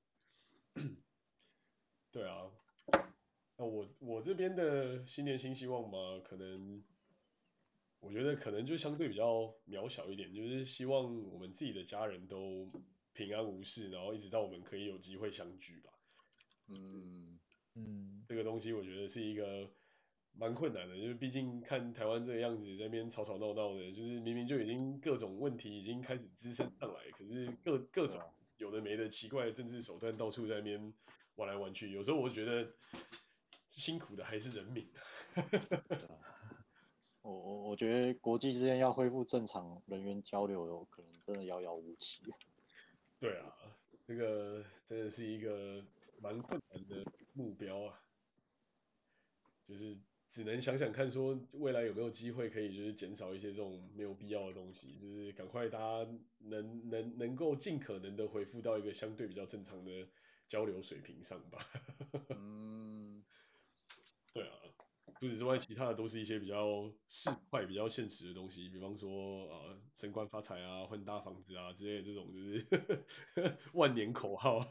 对啊。那我这边的新年新希望嘛，我觉得可能就相对比较渺小一点，就是希望我们自己的家人都平安无事，然后一直到我们可以有机会相聚吧。 嗯， 嗯， 这个东西我觉得是一个蛮困难的，就是毕竟看台湾这个样子，在那边吵吵闹闹的，就是明明就已经各种问题已经开始滋生上来，可是各种对啊， 有的没的奇怪的政治手段到处在那边玩来玩去，有时候我觉得辛苦的还是人民啊。 对啊。我觉得国际之间要恢复正常人员交流，有可能真的遥遥无期。 对啊，这个真的是一个蛮困难的目标啊，就是只能想想看，说未来有没有机会可以就是减少一些这种没有必要的东西，就是赶快大家能够尽可能的恢复到一个相对比较正常的交流水平上吧。 嗯， 对啊，除此之外，其他的都是一些比较市侩、比较现实的东西，比方说升官发财啊、换大房子啊之类的这种，就是万年口号。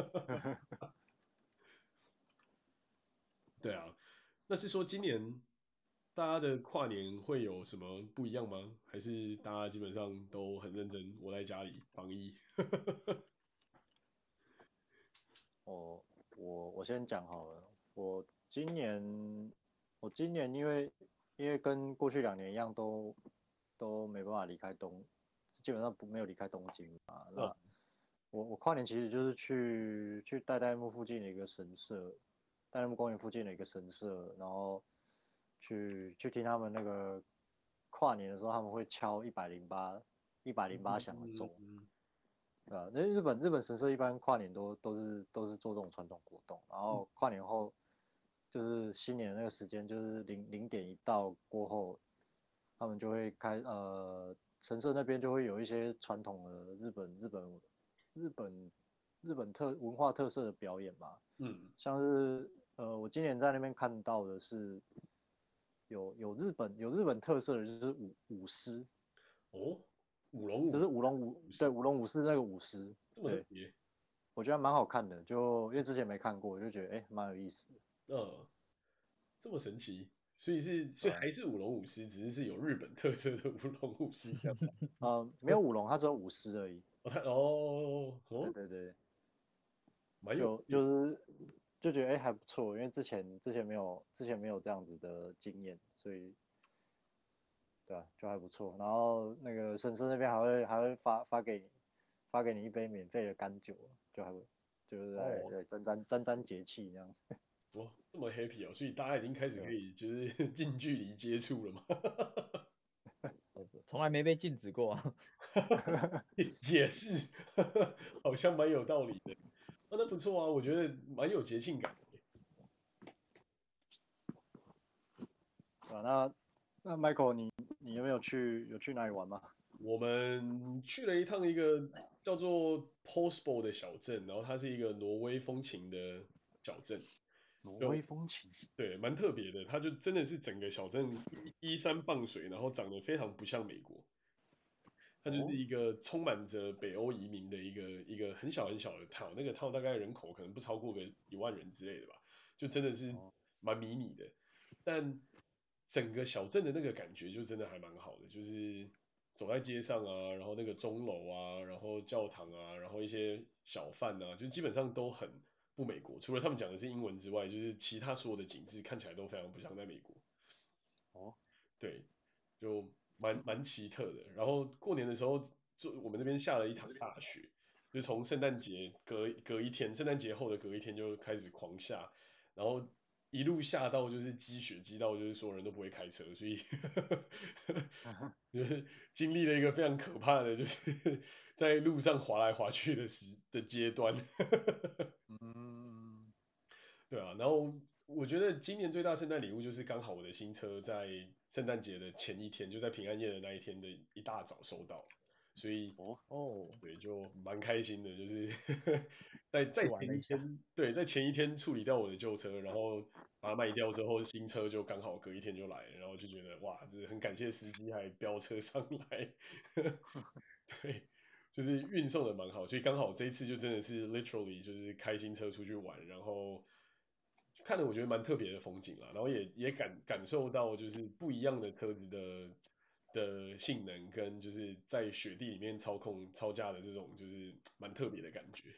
对啊，那是说今年大家的跨年会有什么不一样吗？还是大家基本上都很认真窝在家里防疫？ 我我先讲好了，今年今年因为跟过去2年一样都没办法离开基本上没有离开东京嘛。 哦， 那我跨年其实就是去代代木附近的一个神社，代代木公园附近的一个神社，然后去听他们那个跨年的时候，他们会敲108响的钟。 嗯， 对啊，那日本神社一般跨年都是做这种传统活动，然后跨年后就是新年的那个时间，就是零点一到过后，他们就会神社那边就会有一些传统的日本文化特色的表演嘛， 嗯， 像是我今年在那边看到的是有日本特色的就是舞狮。 哦， 舞龙舞就是舞龙舞狮那个舞狮， 这么特对， 别， 我觉得蛮好看的，就因为之前没看过，就觉得蛮有意思的， 这么神奇，所以对吧？ 还是舞龙舞狮，只是有日本特色的舞龙舞狮这样吗？ 没有舞龙，它只有舞狮而已。对哦， 对对， 蛮有就趣的， 是就觉得还不错，因为之前没有这样子的经验，所以对啊，就还不错。然后那个婶婶那边还会发给你一杯免费的干酒，就还会就是哦， 在沾节气这样。 哇，这么 happy 哦，所以大家已经开始对吧？ 可以就是近距离接触了嘛， 从来没被禁止过啊。 也是，好像蛮有道理的，那不错啊，我觉得蛮有节庆感的。 对吧？那 Michael，你有去哪里玩吗？ 我们去了一趟一个叫做 Postbo 的小镇，然后它是一个挪威风情的小镇， 挪就威风情。 对，蛮特别的。它就真的是整个小镇依山傍水，然后长得非常不像美国，它就是哦一个充满着北欧移民的一个很小很小的 town，那个 town 大概人口可能不超过个1万人之类的吧，就真的是哦蛮迷你的。但整个小镇的那个感觉就真的还蛮好的，就是走在街上啊，然后那个钟楼啊，然后教堂啊，然后一些小贩啊，就基本上都很不美国，除了他们讲的是英文之外，就是其他所有的景致看起来都非常不像在美国。 哦对，就蛮奇特的。然后过年的时候，就我们那边下了一场大雪，就从圣诞节隔一天，圣诞节后的隔一天就开始狂下，然后一路下到就是积雪积到就是所有人都不会开车，所以就是经历了一个非常可怕的，就是在路上滑来滑去的阶段。 嗯， 对啊，然后我觉得今年最大圣诞礼物就是刚好我的新车在圣诞节的前一天，就在平安夜的那一天的一大早收到，所以哦， 哦， 对就蛮开心的，就是在去玩了一下。 前一天，对，在前一天处理掉我的旧车，然后把它卖掉之后，新车就刚好隔一天就来了，然后就觉得哇，就是很感谢司机还飙车上来，对，就是运送的蛮好，所以刚好这一次就真的是 literally 就是开新车出去玩，然后看了我觉得蛮特别的风景啦，然后也感受到就是不一样的车子的性能跟就是在雪地里面操控超驾的这种就是蛮特别的感觉。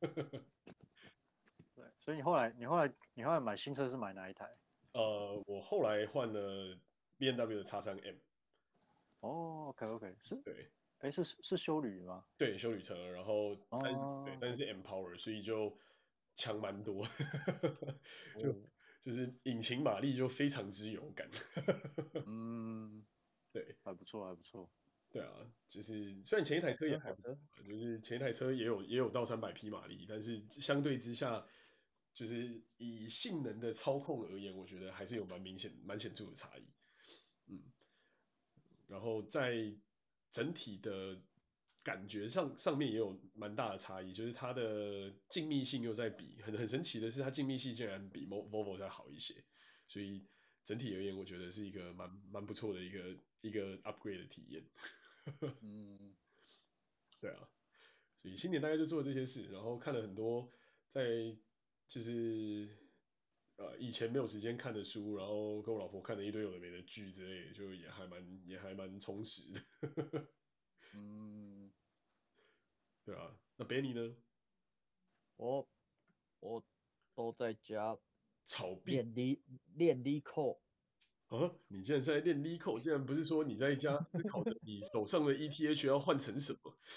对，所以你后来买新车是买哪一台？ 我后来换了 B&W 的 X3M， 哦，OK OK， 对是休旅吗？ 对，休旅车，然后对， 哦， 但是 Empower，所以就强蛮多，就哦， 就是引擎马力就非常之有感。 嗯， 对还不错还不错， 对啊，就是虽然前一台好车也还车好车。 不错啊，就是前一台车也有到300匹马力，但是相对之下，就是以性能的操控而言，我觉得还是有蛮显著的差异。嗯。然后在整体的感觉上面也有蛮大的差异，就是它的静谧性又在比很神奇的是，它静谧性竟然比 Volvo 再好一些，所以整体而言，我觉得是一个蛮不错的一个 upgrade 的体验。 嗯， 对啊，所以新年大概就做了这些事，然后看了很多在就是以前没有时间看的书，然后跟我老婆看了一堆有的没的剧之类的，就也还蛮充实的。 嗯， 对啊，那 Benny 呢？ 我我都在家炒币练力练力扣。 啊？你竟然是在练 l e c o 竟然不是说你在家思考着你手上的 ETH 要换成什么？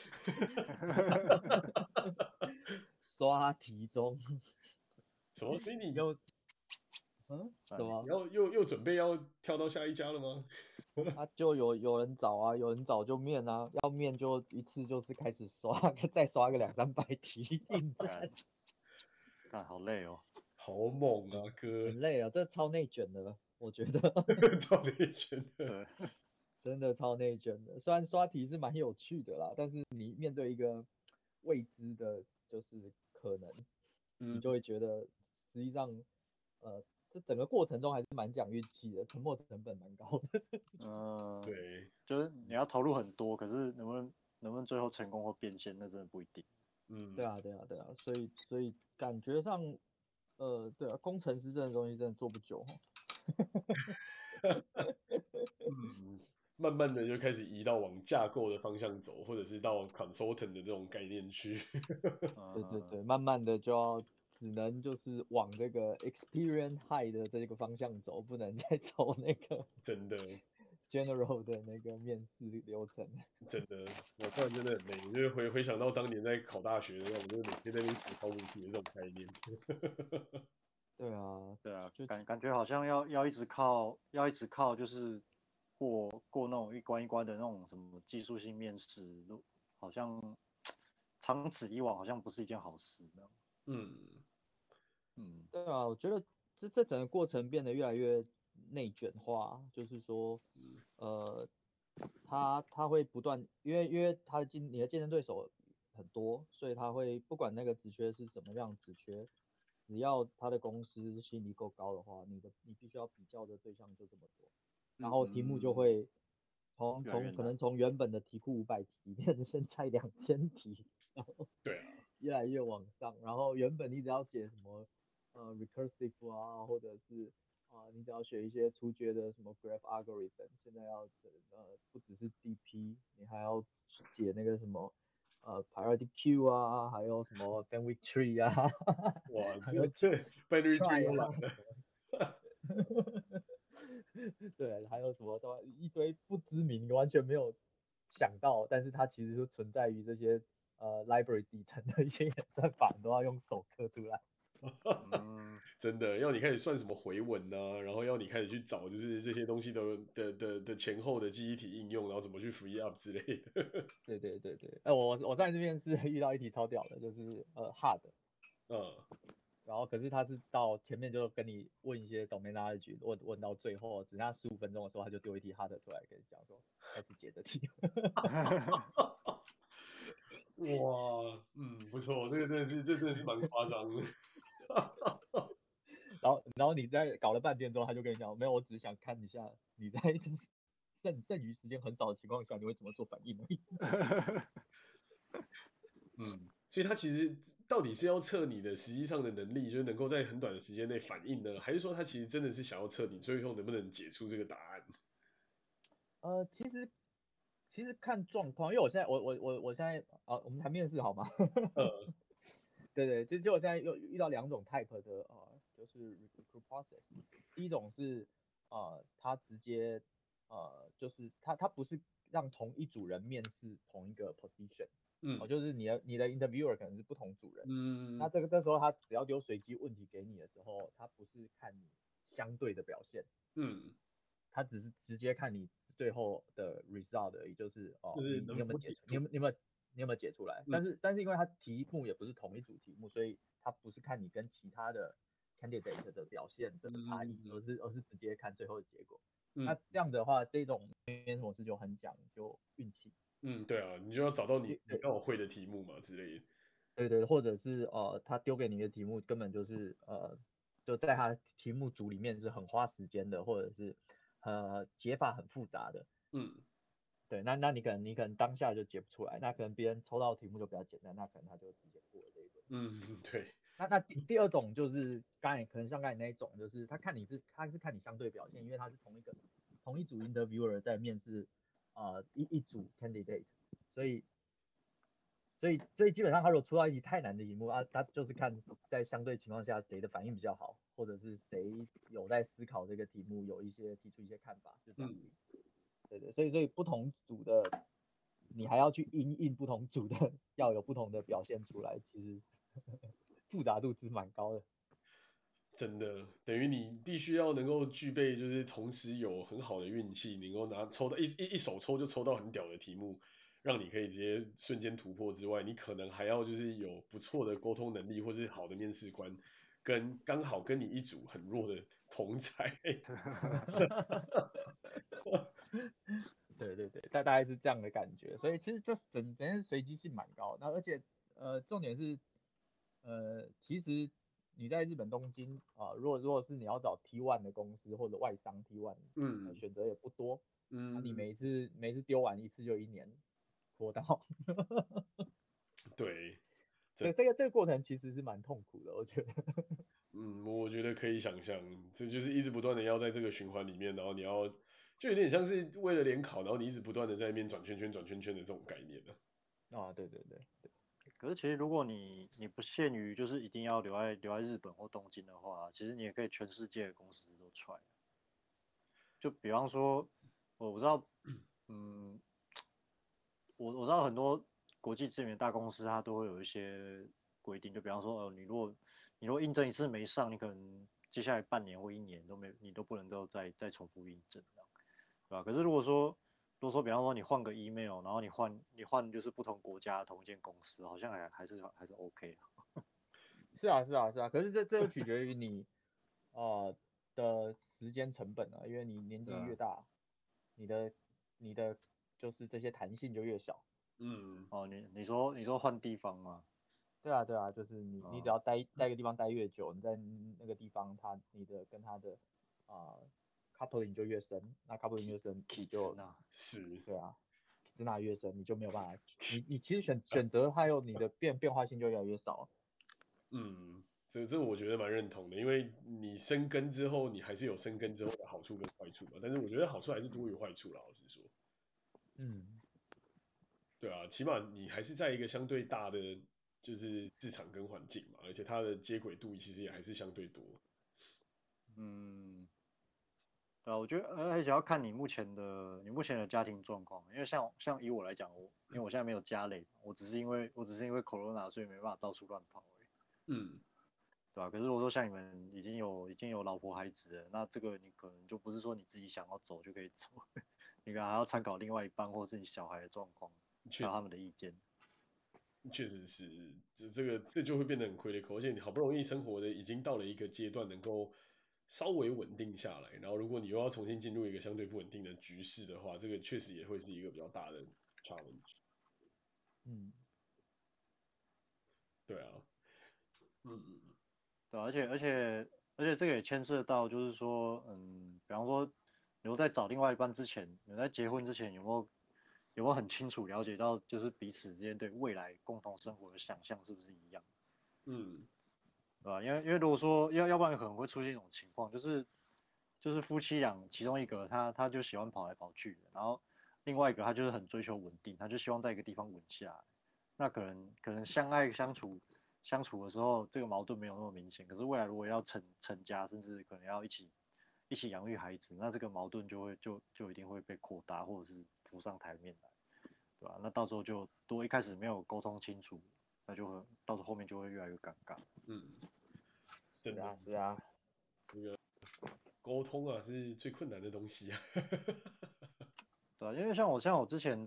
刷题中。 什么？所以你又什哎， 么？ 又准备要跳到下一家了吗？ 啊，就有人找啊，有人找就面啊，要面就一次就是开始刷，再刷个200-300题应战。 干好累哦， 好猛啊， 很哥！ 很累啊，这超内卷的，我觉得。 到底觉得？ 对， 真的超内卷的。虽然刷题是蛮有趣的啦，但是你面对一个未知的，就是可能，你嗯就会觉得实际上， 这整个过程中还是蛮讲运气的，沉没成本蛮高的。 对， 就是你要投入很多，可是能不能最后成功或变现，那真的不一定。 对啊，所以感觉上，对啊，工程师这种东西真的做不久慢慢的就开始移到往架构的方向走，或者是到 consultant 的这种概念去。 对，慢慢的就要只能就是往这个 experience high 的这个方向走，不能再走那个真的 general 的那个面试流程。 真的，我突然真的很累，就是回想到当年在考大学的时候，我就是每天在那边写超过题的这种概念。 对啊， 对啊， 就感觉好像要一直靠就是过那种一关一关的那种什么技术性面试，好像长此以往好像不是一件好事这样。 嗯对啊，我觉得这整个过程变得越来越内卷化，就是说，呃，他会不断，因为你的竞争对手很多，所以他会不管那个职缺是什么样的职缺，只要他的公司薪力够高的话，你必须要比较的对象就这么多，然后题目就会越来越难。 可能从原本的题库500题变成现在2000题，然后对啊， 越来越往上，然后原本你只要解什么recursive 啊，或者是你只要学一些初阶的什么 graph algorithm，现在要不只是 DP，你还要解那个什么priority queue 啊，还有什么 Fenwick tree 啊， 哇， 还有这 binary tree try 都来啊， 了。 对，还有什么都一堆不知名，完全没有想到，但是它其实就存在于这些library 底层的一些演算法，都要用手刻出来。 真的要你开始算什么回文啊，然后要你开始去找就是这些东西的前后的记忆体应用，然后怎么去 free up 之类的。 对，我上一次面试遇到一题超屌的，就是hard， 嗯， 然后可是他是到前面就跟你问一些 domain knowledge，问到最后只剩下15分钟的时候，他就丢一题 hard 出来跟你讲说开始解这题。 哇，不错，这真的是蛮夸张的。 然后你在搞了半天之后，他就跟你讲，没有，我只是想看一下你在剩余时间很少的情况下，你会怎么做反应而已。 所以他其实到底是要测你的实际上的能力，就是能够在很短的时间内反应呢，还是说他其实真的是想要测你最后能不能解出这个答案？ 其实看状况，因为我现在我现在我们谈面试好吗？ 呃， 对，就我现在又遇到2种 type 的就是 recruit process。第一种是他直接就是他不是让同一组人面试同一个 position， 嗯就是你的 interviewer 可能是不同组人，那嗯这时候他只要丢随机问题给你的时候，他不是看你相对的表现， 嗯， 他只是直接看你最后的 result 而已，就是就是你有没有解出， 能不解出？ 你有没有解出来？ 嗯但是因为它题目也不是同一组题目，所以它不是看你跟其他的 candidate 的表现的差异， 嗯而是直接看最后的结果。那嗯这样的话，这种面试模式就很讲究运气， 对啊，你就要找到你对刚好会的题目嘛之类的。 对，或者是他丢给你的题目根本就是就在他题目组里面是很花时间的，或者是解法很复杂的。 嗯对，那你可能当下就解不出来，那可能别人抽到的题目就比较简单，那可能他就直接过了这一轮。 对， 那第二种就是可能像刚才那一种，就是他是看你相对表现，因为他是同一组 interviewer 在面试一组 candidate，所以基本上他如果出到一题太难的题目啊，他就是看在相对情况下谁的反应比较好，或者是谁有在思考这个题目，提出一些看法，就这样子。对，所以不同组的你还要去因应不同组的要有不同的表现出来，其实复杂度是蛮高的。 真的等于你必须要能够具备，就是同时有很好的运气，能够抽到一手抽就抽到很屌的题目，让你可以直接瞬间突破之外，你可能还要就是有不错的沟通能力，或是好的面试官，跟刚好跟你一组很弱的同才。 对，大概是这样的感觉。所以其实这整件事随机性蛮高，那而且重点是其实你在日本东京如果是你要找 T1 的公司或者外商 T1，选择也不多，你每次丢完一次就1年，拖到， 对， 这个过程其实是蛮痛苦的，我觉得。 我觉得可以想象，这就是一直不断的要在这个循环里面，然后你要就有点像是为了联考，然后你一直不断的在那边转圈圈转圈圈的这种概念对对对对。 可是其实如果你不限于就是一定要留在日本或东京的话，其实你也可以全世界的公司都 try。就比方说，我知道，嗯，我知道很多国际知名的大公司它都会有一些规定，就比方说，你如果应征一次没上，你可能接下来半年或1年你都不能够再重复应征，这样，对吧？可是如果说比方说你换个 email，然后你换就是不同国家同一间公司，好像还是 OK 的。 是啊，可是这就取决于你的时间成本啊，因为你年对啊， 纪越大，你的你的就是这些弹性就越小。 哦，你说换地方吗？ 对啊，就是你只哦， 要待一个地方待越久，你在那个地方你的跟他的啊、coupling 就越深，那 coupling 越深，你 Kids 就那是， 对啊，支那越深，你就没有办法，你其实选择还有你的变化性就越来越少。 这我觉得蛮认同的，因为你生根之后，你还是有生根之后的好处跟坏处嘛，但是我觉得好处还是多于坏处啦，老实说。 嗯， 对啊，起码你还是在一个相对大的就是市场跟环境嘛，而且它的接轨度其实也还是相对多。 嗯，对啊，我觉得而且要看你目前的家庭状况，因为像以我来讲，因为我现在没有家累，我只是因为 corona 所以没办法到处乱跑而已， 嗯， 对吧？可是如果说像你们已经有老婆孩子了，那这个你可能就不是说你自己想要走就可以走，你可能还要参考另外一半或是你小孩的状况，还确有他们的意见。 确实是，这就会变得很亏的口，而且你好不容易生活的已经到了一个阶段，能够稍微稳定下来，然后如果你又要重新进入一个相对不稳定的局势的话，这个确实也会是一个比较大的 challenge。 嗯， 对啊，嗯， 对啊，而且这个也牵涉到，就是说，比方说，你在找另外一半之前，你在结婚之前有没有很清楚了解到，就是彼此之间对未来共同生活的想象是不是一样， 嗯， 对吧？因为如果说要不然可能会出现一种情况，就是夫妻俩其中一个他就喜欢跑来跑去的，然后另外一个他就是很追求稳定，他就希望在一个地方稳下来。那可能相爱相处的时候，这个矛盾没有那么明显。可是未来如果要成家，甚至可能要一起养育孩子，那这个矛盾就一定会被扩大，或者是浮上台面来，对吧？那到时候就多一开始没有沟通清楚，那就会到时候后面就会越来越尴尬。 嗯，真的， 是啊是啊， 这个沟通啊是最困难的东西啊。 对啊，因为像我之前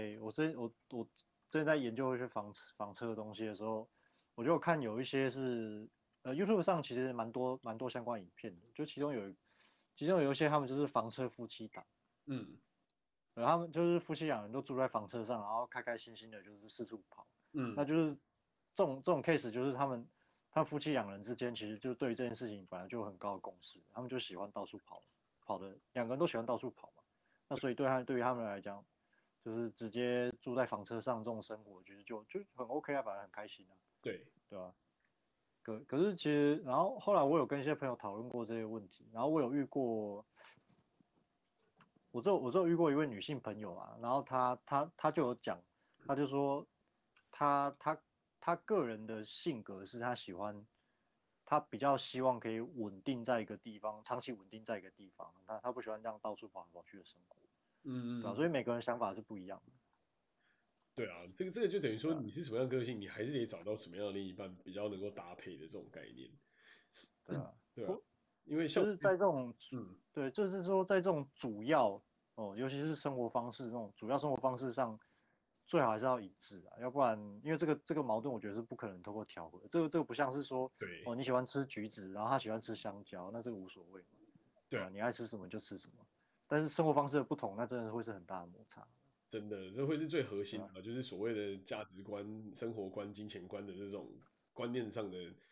之前在研究一些房车的东西的时候，我就看有一些是YouTube 上其实蛮多相关影片的，就其中有一些他们就是房车夫妻档， 嗯他们就是夫妻两人都住在房车上，然后开开心心的就是四处跑，那嗯， 就是这种 case 就是他们夫妻两人之间其实就对于这件事情本来就有很高的共识，他们就喜欢到处跑的，两个人都喜欢到处跑嘛，那所以对于他们来讲，就是直接住在房车上这种生活，其实就很 OK 啊，反正很开心啊， 对， 对吧？可是其实，然后后来我有跟一些朋友讨论过这些问题，然后我有遇过，我只有遇过一位女性朋友啊，然后她就有讲，她就说她个人的性格是她喜欢，她比较希望可以稳定在一个地方，长期稳定在一个地方，她不喜欢这样到处跑来跑去的生活，对吧？ 嗯， 所以每个人想法是不一样的， 对啊，这个就等于说对啊， 你是什么样的个性，你还是得找到什么样的另一半比较能够搭配的这种概念。 对啊， 对啊， 不因为像就是在这种， 嗯， 对，就是说在这种主要尤其是生活方式那种主要生活方式上，最好还是要一致啊，要不然因为这个矛盾，我觉得是不可能通过调和的。这个不像是说对你喜欢吃橘子，然后他喜欢吃香蕉，那这个无所谓嘛，对对啊， 吧？你爱吃什么就吃什么，但是生活方式的不同，那真的会是很大的摩擦， 真的这会是最核对吧？ 心的嘛，就是所谓的价值观、生活观、金钱观的这种观念上的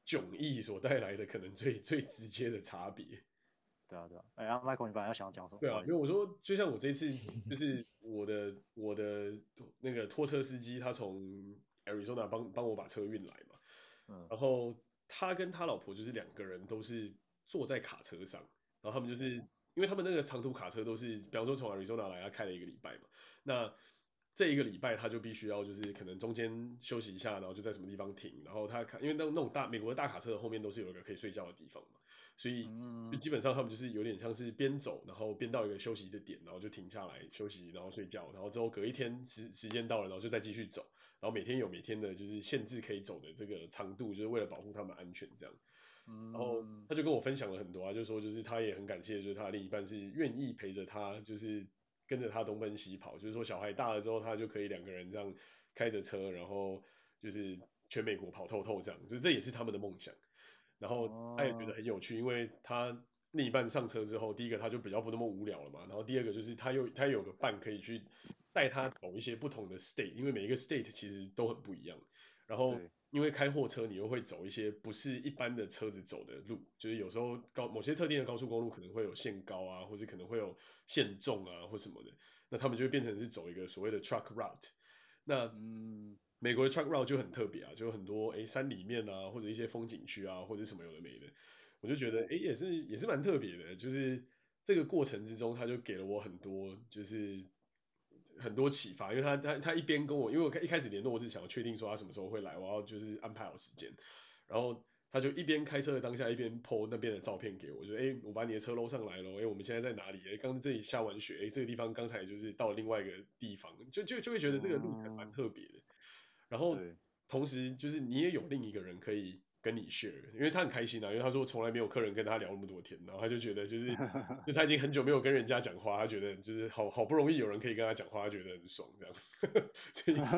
迥异所带来的可能最直接的差别。 对啊对啊。哎呀，Michael，你本来要想要讲什么？ 对啊， 不好意思。 因为我说，就像我这次就是我的那个拖车司机，他从 Arizona 帮我把车运来嘛， 嗯然后他跟他老婆就是两个人都是坐在卡车上，然后他们就是因为他们那个长途卡车都是，比方说从 Arizona 来，他开了一个礼拜嘛，那这一个礼拜他就必须要就是可能中间休息一下，然后就在什么地方停，然后因为那种美国的大卡车的后面都是有一个可以睡觉的地方嘛，所以就嗯基本上他们就是有点像是边走，然后边到一个休息的点，然后就停下来休息，然后睡觉，然后之后隔一天时间到了，然后就再继续走，然后每天有每天的就是限制可以走的这个长度，就是为了保护他们安全这样。然后嗯， 他就跟我分享了很多啊，就说就是他也很感谢，就是他的另一半是愿意陪着他，就是跟着他东奔西跑，就是说小孩大了之后，他就可以两个人这样开着车，然后就是全美国跑透透这样，就这也是他们的梦想。然后他也觉得哦， 很有趣，因为他另一半上车之后，第一个他就比较不那么无聊了嘛，然后第二个就是他有个伴可以去带他走一些不同的 state，因为每一个 state 其实都很不一样。然后对， 因为开货车，你又会走一些不是一般的车子走的路，就是有时候某些特定的高速公路可能会有限高啊，或者可能会有限重啊或什么的，那他们就会变成是走一个所谓的 truck route。那嗯美国的 truck route 就很特别啊，就有很多山里面啊，或者一些风景区啊，或者什么有的没的，我就觉得也是蛮特别的，就是这个过程之中，他就给了我很多就是很多启发，因为他一边跟我，因为我一开始联络我是想要确定说他什么时候会来，我要就是安排好时间，然后他就一边开车的当下一边 po 那边的照片给我，就我把你的车搂上来了，我们现在在哪里？刚这里下完雪，这个地方刚才就是到了另外一个地方，就会觉得这个路程蛮嗯， 特别的。然后对， 同时就是你也有另一个人可以跟你 share，因为他很开心啊，因为他说从来没有客人跟他聊那么多天，然后他就觉得就他已经很久没有跟人家讲话，他觉得就是好不容易有人可以跟他讲话，他觉得很爽这样，所以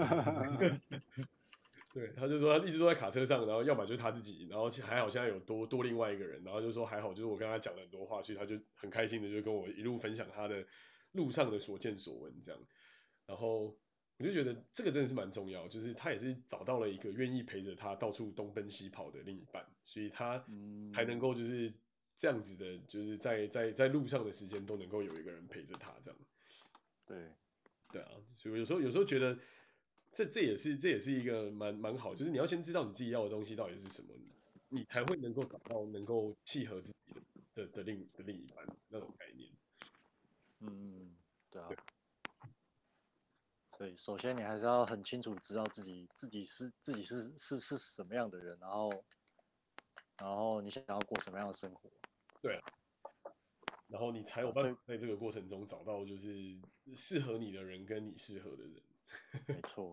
对，他就说他一直都在卡车上，然后要么就是他自己，然后还好现在有多另外一个人，然后就说还好就是我跟他讲了很多话，所以他就很开心的就跟我一路分享他的路上的所见所闻这样，然后我就觉得这个真的是蛮重要，就是他也是找到了一个愿意陪着他到处东奔西跑的另一半，所以他才能嗯， 够就是这样子的，就是在路上的时间都能够有一个人陪着他这样。 对， 对啊，所以有时候觉得这也是一个蛮好，就是你要先知道你自己要的东西到底是什么，你才会能够找到能够契合自己的另一半那种概念。 嗯，对啊。对，首先你还是要很清楚知道自己是什么样的人，然后你想要过什么样的生活。 对啊，然后你才有啊， 办法在这个过程中找到就是适合你的人跟你适合的人。 没错。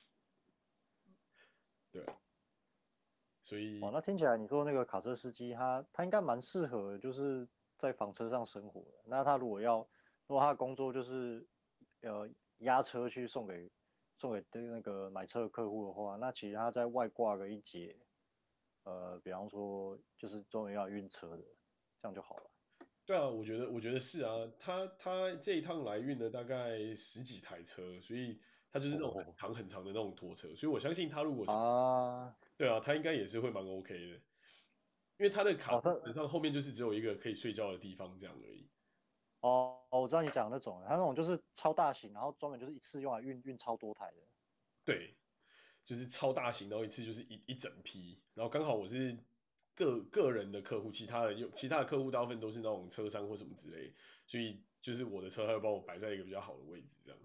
对啊，所哇， 以那听起来你说那个卡车司机他应该蛮适合就是在房车上生活的。那他如果他的工作就是呃押车去送给那个买车的客户的话，那其实他在外挂个一节，比方说就是终于要运车的，这样就好了。 对啊，我觉得是啊，他这一趟来运了大概十几台车，所以他就是那种很哦长很长的那种拖车，所以我相信他如果是啊， 对啊，他应该也是会蛮 OK 的，因为他的卡哦， 基本上后面就是只有一个可以睡觉的地方这样而已。 我知道你讲的那种，他那种就是超大型，然后专门就是一次用来运超多台的。 对，就是超大型，然后一次就是一整批，然后刚好我是个人的客户，其他的客户大部分都是那种车商或什么之类，所以就是我的车他会帮我摆在一个比较好的位置这样。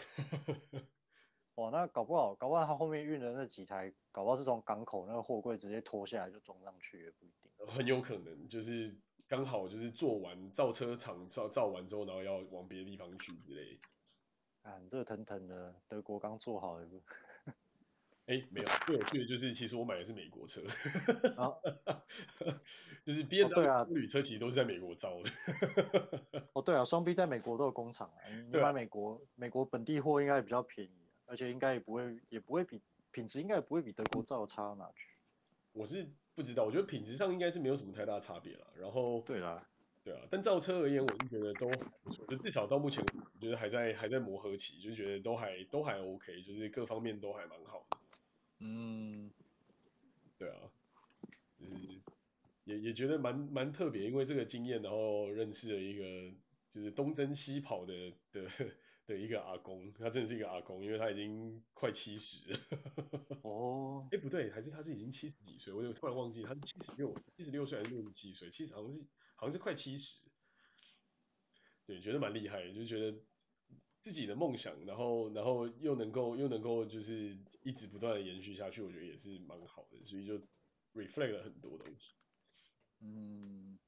哇，那搞不好他后面运的那几台，搞不好是从港口那个货柜直接拖下来就装上去，也不一定。 很有可能就是刚好就是做完造车厂造完之后，然后要往别的地方去之类。 啊，热腾腾的，德国刚做好的。 没有，最有趣的就是其实我买的是美国车， 啊， 就是哦对 BMW 啊， 旅车其实都是在美国造的。 哦对啊，双 B 在美国都有工厂啊，你对啊， 买美国本地货应该比较便宜啊，而且应该也不会比品质应该也不会比德国造的差到哪去。 我是不知道，我觉得品质上应该是没有什么太大差别啦。然后， 对啦， 对啊，但造车而言，我是觉得都还不错，就至少到目前为止，我觉得还在磨合期，就觉得都还 OK，就是各方面都还蛮好的。 嗯， 对啊， 就是也觉得蛮特别，因为这个经验，然后认识了一个就是东征西跑的一个阿公，他真的是一个阿公，因为他已经快70了。 哦， 哎，不对，还是他是已经70几岁，我突然忘记他是76岁还是67岁，其实好像是快70，对，觉得蛮厉害的，就觉得自己的梦想，然后又能够就是一直不断的延续下去，我觉得也是蛮好的，所以就 reflect 了很多东西。 嗯，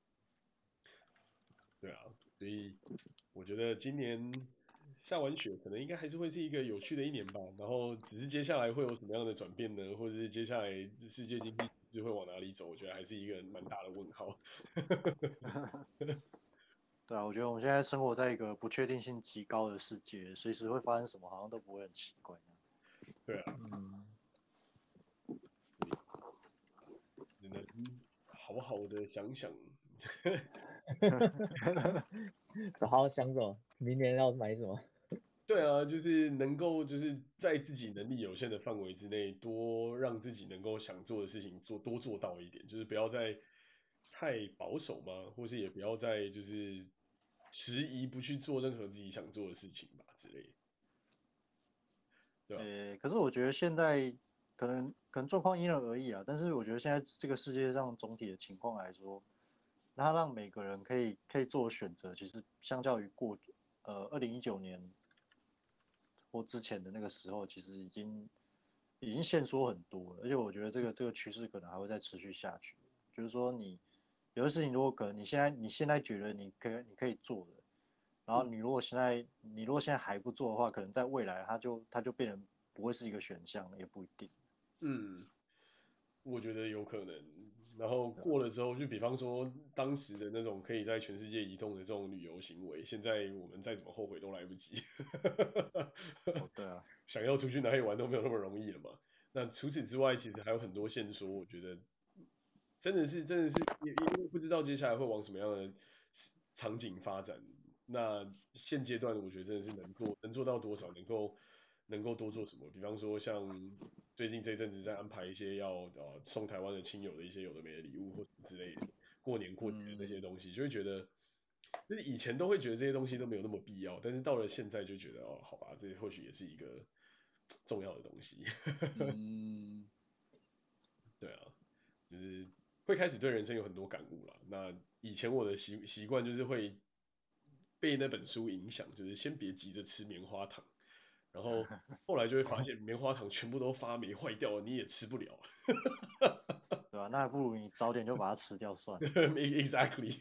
对啊，所以我觉得今年下完雪，可能应该还是会是一个有趣的一年吧。然后只是接下来会有什么样的转变呢？或者是接下来世界经济体制会往哪里走？我觉得还是一个蛮大的问号。 对啊，我觉得我们现在生活在一个不确定性极高的世界，随时会发生什么好像都不会很奇怪。 对啊， 嗯， 所以只能好好的想想。 好好想什么，明年要买什么？ 对啊，就是能够就是在自己能力有限的范围之内，多让自己能够想做的事情多做到一点，就是不要再太保守嘛，或是也不要再就是迟疑不去做任何自己想做的事情吧之类的，对吧？ 可是我觉得现在可能状况因人而异啊，但是我觉得现在这个世界上总体的情况来说，它让每个人可以做选择，其实相较于2019年或之前的那个时候，其实已经限缩很多了，而且我觉得这个趋势可能还会再持续下去。就是说你有的事情如果可能你现在觉得你可以做的，然后嗯你如果现在还不做的话，可能在未来它就变成不会是一个选项，也不一定。 嗯，我觉得有可能。然后对吧？ 过了之后，就比方说当时的那种可以在全世界移动的这种旅游行为，现在我们再怎么后悔都来不及。 哦，对啊， 想要出去哪里玩都没有那么容易了嘛。那除此之外，其实还有很多线索，我觉得真的是因为不知道接下来会往什么样的场景发展。那现阶段我觉得真的是能做到多少，能够多做什么。比方说像最近这阵子在安排一些要送台湾的亲友的一些有的没的礼物或之类的，过年的那些嗯东西，就会觉得。就是以前都会觉得这些东西都没有那么必要，但是到了现在就觉得哦，好吧，这或许也是一个重要的东西。 嗯， 对啊，就是会开始对人生有很多感悟了。那以前我的习惯就是会被那本书影响，就是先别急着吃棉花糖，然后后来就会发现棉花糖全部都发霉坏掉了，你也吃不了。 对吧？那还不如你早点就把它吃掉算了。 Exactly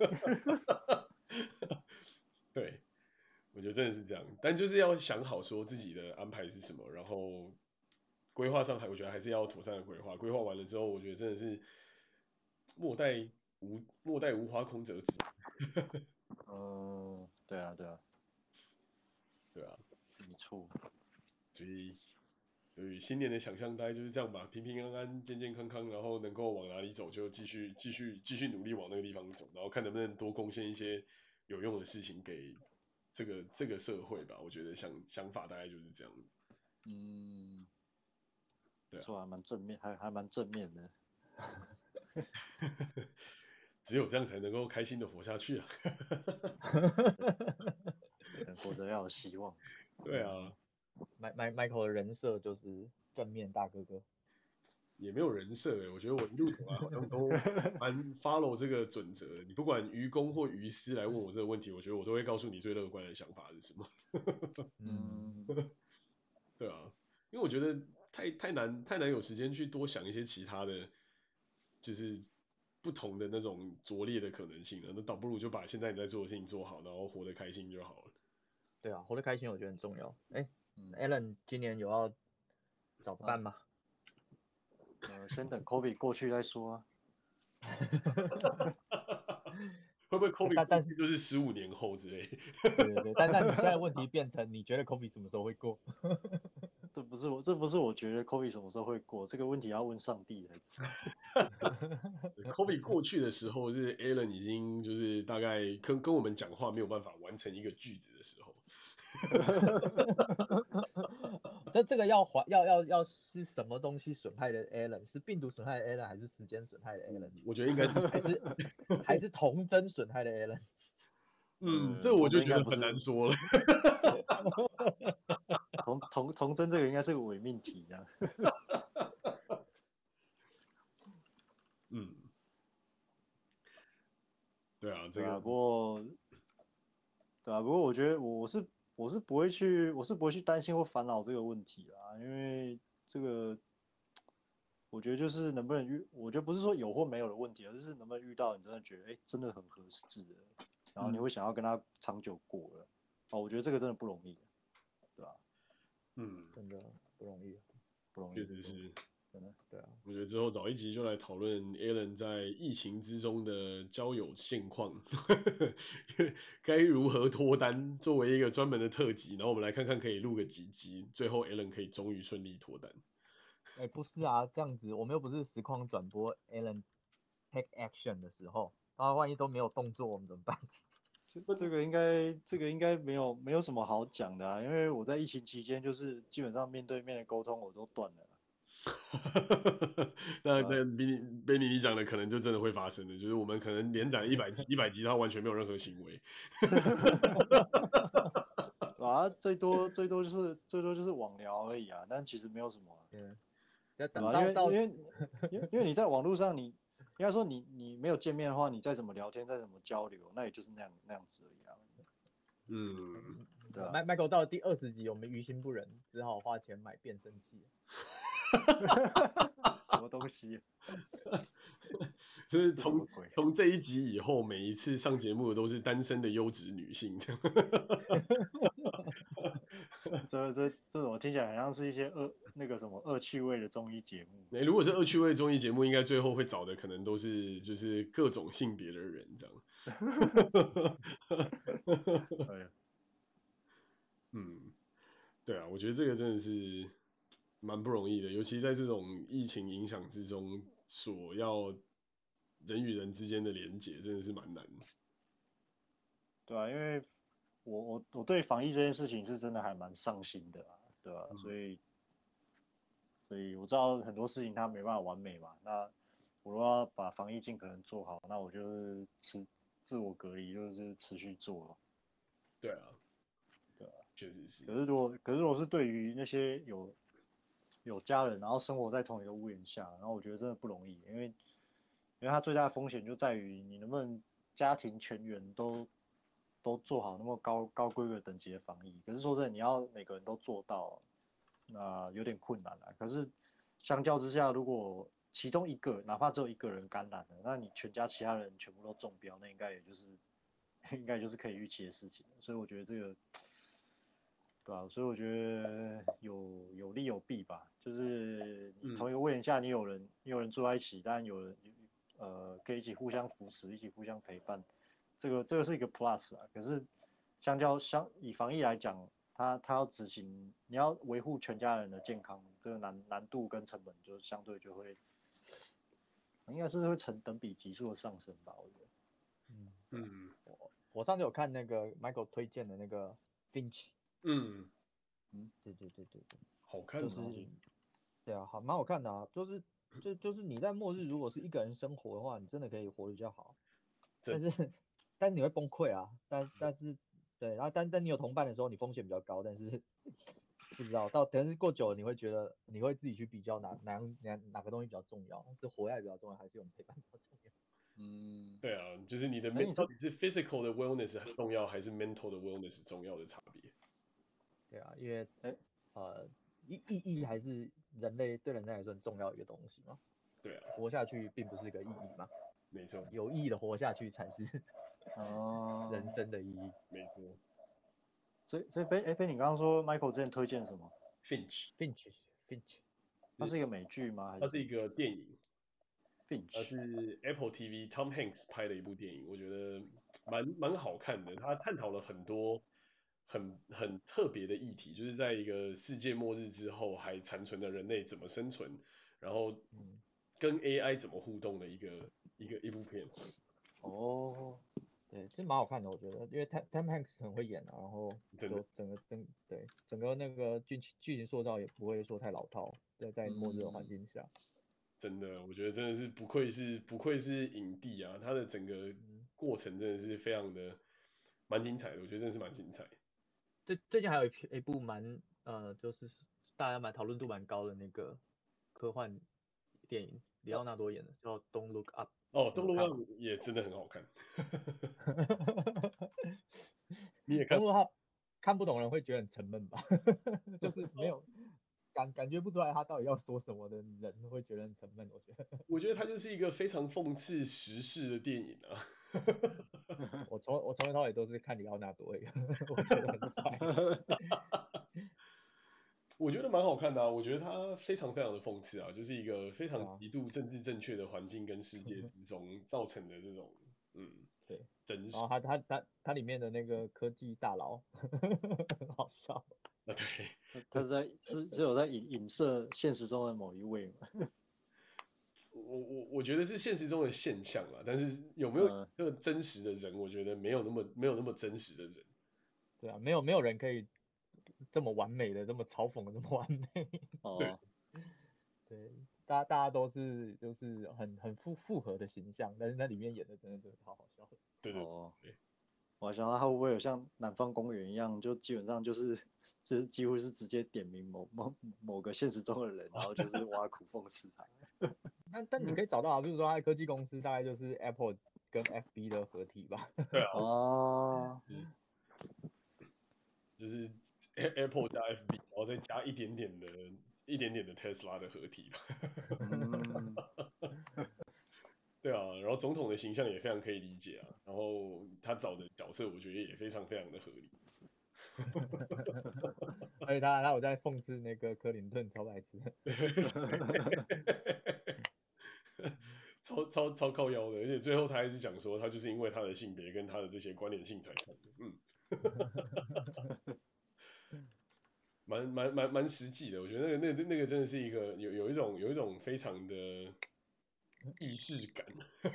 对，我觉得真的是这样，但就是要想好说自己的安排是什么，然后规划上我觉得还是要妥善的规划。规划完了之后，我觉得真的是莫待无花空折枝， 对啊，对啊， 对啊， 没错。 所以对于新年的想象大概就是这样吧，平平安安、健健康康，然后能够往哪里走就继续努力往那个地方走，然后看能不能多贡献一些有用的事情给这个社会吧。我觉得想法大概就是这样子， 嗯， 对啊。 不错，还蛮正面，还蛮正面的。 只有这样才能够开心的活下去啊。 人活着要有希望。 对啊， Michael 的人设就是正面大哥哥。 也没有人设诶，我觉得我一路走来好像都蛮 follow 这个准则的。你不管于公或于私来问我这个问题，我觉得我都会告诉你最乐观的想法是什么。 嗯， 嗯， 对啊，因为我觉得太难有时间去多想一些其他的，就是不同的那种拙劣的可能性了。那倒不如就把现在你在做的事情做好，然后活得开心就好了。 对啊，活得开心我觉得很重要。哎嗯， ，Alan 今年有要找啊， 伴吗？ 先等 COVID 过去再说啊。 会不会 Kobe 过但但是去就是15年后之类？ 对对对，但你现在问题变成你觉得 Kobe 什么时候会过？ 这不是我觉得 COVID 什么时候会过，这个问题要问上帝才知道。 Kobe 过去的时候，是 Allen 已经就是大概跟我们讲话没有办法完成一个句子的时候。 这个要是什么东西损害了 Alan？是病毒损害了 Alan，还是时间损害了 Alan？ 我觉得应该是， 还是童真损害了 Alan？ 这我童就觉得很真应该不是难说了。 童真这个应该是个伪命题啊。 嗯，对啊，这对啊， 个不过对啊，不过我觉得我是不会去担心或烦恼这个问题啦，因为这个我觉得就是能不能我觉得不是说有或没有的问题，而是能不能遇到你真的觉得真的很合适的，然后你会想要跟他长久过了。哦，我觉得这个真的不容易，对吧？ 真的不容易， 不容易， 确实是。 真的，对啊。 我觉得之后找一集就来讨论 Alan 在疫情之中的交友现况，该如何脱单，作为一个专门的特辑，然后我们来看看可以录个几集，最后 Alan 可以终于顺利脱单。 不是啊，这样子我们又不是实况转播 Alan take action 的时候，他万一都没有动作，我们怎么办？ 这个应该没有什么好讲的啊，因为我在疫情期间就是基本上面对面的沟通我都断了。 那比你讲的可能就真的会发生的，就是我们可能连载100集，他完全没有任何行为。 啊，最多就是网聊而已啊，但其实没有什么啊， 嗯，要对吧？ 等到因为你在网络上你应该说你没有见面的话，你再怎么聊天再怎么交流，那也就是那样子而已啊，对啊。 Michael 到了第20集，我们于心不忍，只好花钱买变声器。 什么东西？ 就是这什么鬼？ 从这一集以后，每一次上节目的都是单身的优质女性，这样。 这种听起来好像是一些那个什么恶趣味的综艺节目。 如果是恶趣味综艺节目，应该最后会找的可能都是就是各种性别的人这样。 对， 对啊，我觉得这个真的是蛮不容易的，尤其在这种疫情影响之中，所要人与人之间的连结，真的是蛮难的。 对啊，因为我对防疫这件事情是真的还蛮上心的啊，对吧？所以我知道很多事情它没办法完美嘛，那我如果要把防疫尽可能做好，那我就是自我隔离，就是持续做。 对啊， 对啊。 确实是。 可是如果是对于那些有家人，然后生活在同一个屋檐下，然后我觉得真的不容易，因为它最大的风险就在于你能不能家庭全员都做好那么高规格等级的防疫。可是说真的，你要每个人都做到，那有点困难了。可是相较之下，如果其中一个哪怕只有一个人感染了，那你全家其他人全部都中标，那应该就是可以预期的事情。所以我觉得这个。对啊，所以我觉得有利有弊吧，就是你同一个屋檐下，你有人住在一起，当然有人可以一起互相扶持，一起互相陪伴，这个是一个 plus 啊。可是以防疫来讲，他要执行，你要维护全家人的健康，这个难度跟成本就相对就会，应该是会成等比级数的上升吧，我觉得。 我上次有看那个 Michael 推荐的那个 Finch。对对对对对， 好看就是对啊，蛮好看的啊。就是你在末日如果是一个人生活的话，你真的可以活得比较好，但是但是你会崩溃啊。但是对，然后但你有同伴的时候，你风险比较高，但是不知道等是过久了，你会觉得你会自己去比较哪个东西比较重要，是活下来比较重要，还是有人陪伴比较重要？ 对啊，就是你的到底是 physical 的 wellness 重要，还是 mental 的 wellness 重要的差别？ 对啊，因为意义还是对人类来说很重要的一个东西嘛。 对啊， 活下去并不是个意义嘛， 没错， 有意义的活下去才是人生的意义。 没错。 所以贝，你刚刚说 Michael 之前推荐什么？ Finch， Finch， 它是一个美剧吗？还是它是一个电影，它 Finch？ 是 Apple TV Tom Hanks 拍的一部电影，我觉得蛮好看的。它探讨了很多很特别的议题，就是在一个世界末日之后还残存的人类怎么生存，然后跟 AI 怎么互动的一部片。 哦， 对，这蛮好看的，我觉得，因为Tom Hanks 很会演啊，然后真的。 就整个那个剧情塑造也不会说太老套，在末日的环嗯， 境下， 真的，我觉得真的是不愧是影帝啊，他的整个嗯， 过程真的是非常的蛮精彩的，我觉得真的是蛮精彩的。 最近还有一部就是大家讨论度蛮高的那个科幻电影，里奥纳多演的，叫《Don't Look Up》， 哦，《动物你有看 r 吗？ 也真的很好看，你也看？ 东路他看不懂人会觉得很沉闷吧，就是没有感觉不出来他到底要说什么的人会觉得很沉闷，我觉得。 我觉得它就是一个非常讽刺时事的电影啊。 我从头到尾都是看里奥纳多而已，我觉得很帅。 我觉得蛮好看的啊，我觉得它非常非常的讽刺啊，就是一个非对啊， 常极度政治正确的环境跟世界之中造成的这种嗯对， 真实然后他里面的那个科技大佬很好笑。 啊，对。 他是有在影射现实中的某一位嘛？ 我觉得是现实中的现象啦，但是有没有嗯， 这个真实的人，我觉得没有那么真实的人。 对啊，没有人可以这么完美的，这么嘲讽的这么完美。 对哦， 对，大家都是就是很复合的形象，但是那里面演的真的是超好笑的。 对对哦， 对。 我还想到他会不会有像南方公园一样，就基本上就是几乎是直接点名某个现实中的人，然后就是挖苦讽刺他。 但你可以找到啊，比如说它的科技公司大概就是 Apple 跟 FB 的合体吧。 对啊， 哦， 就是 Apple 加 FB，然后再加一点点的 Tesla 的合体吧。 嗯， 对啊，然后总统的形象也非常可以理解啊，然后他找的角色我觉得也非常非常的合理。 而且他有在讽刺那个克林顿超白痴。 超靠腰的，而且最后他还是讲说，他就是因为他的性别跟他的这些关联性才上的，蛮实际的，我觉得那个真的是一个有一种非常的仪式感。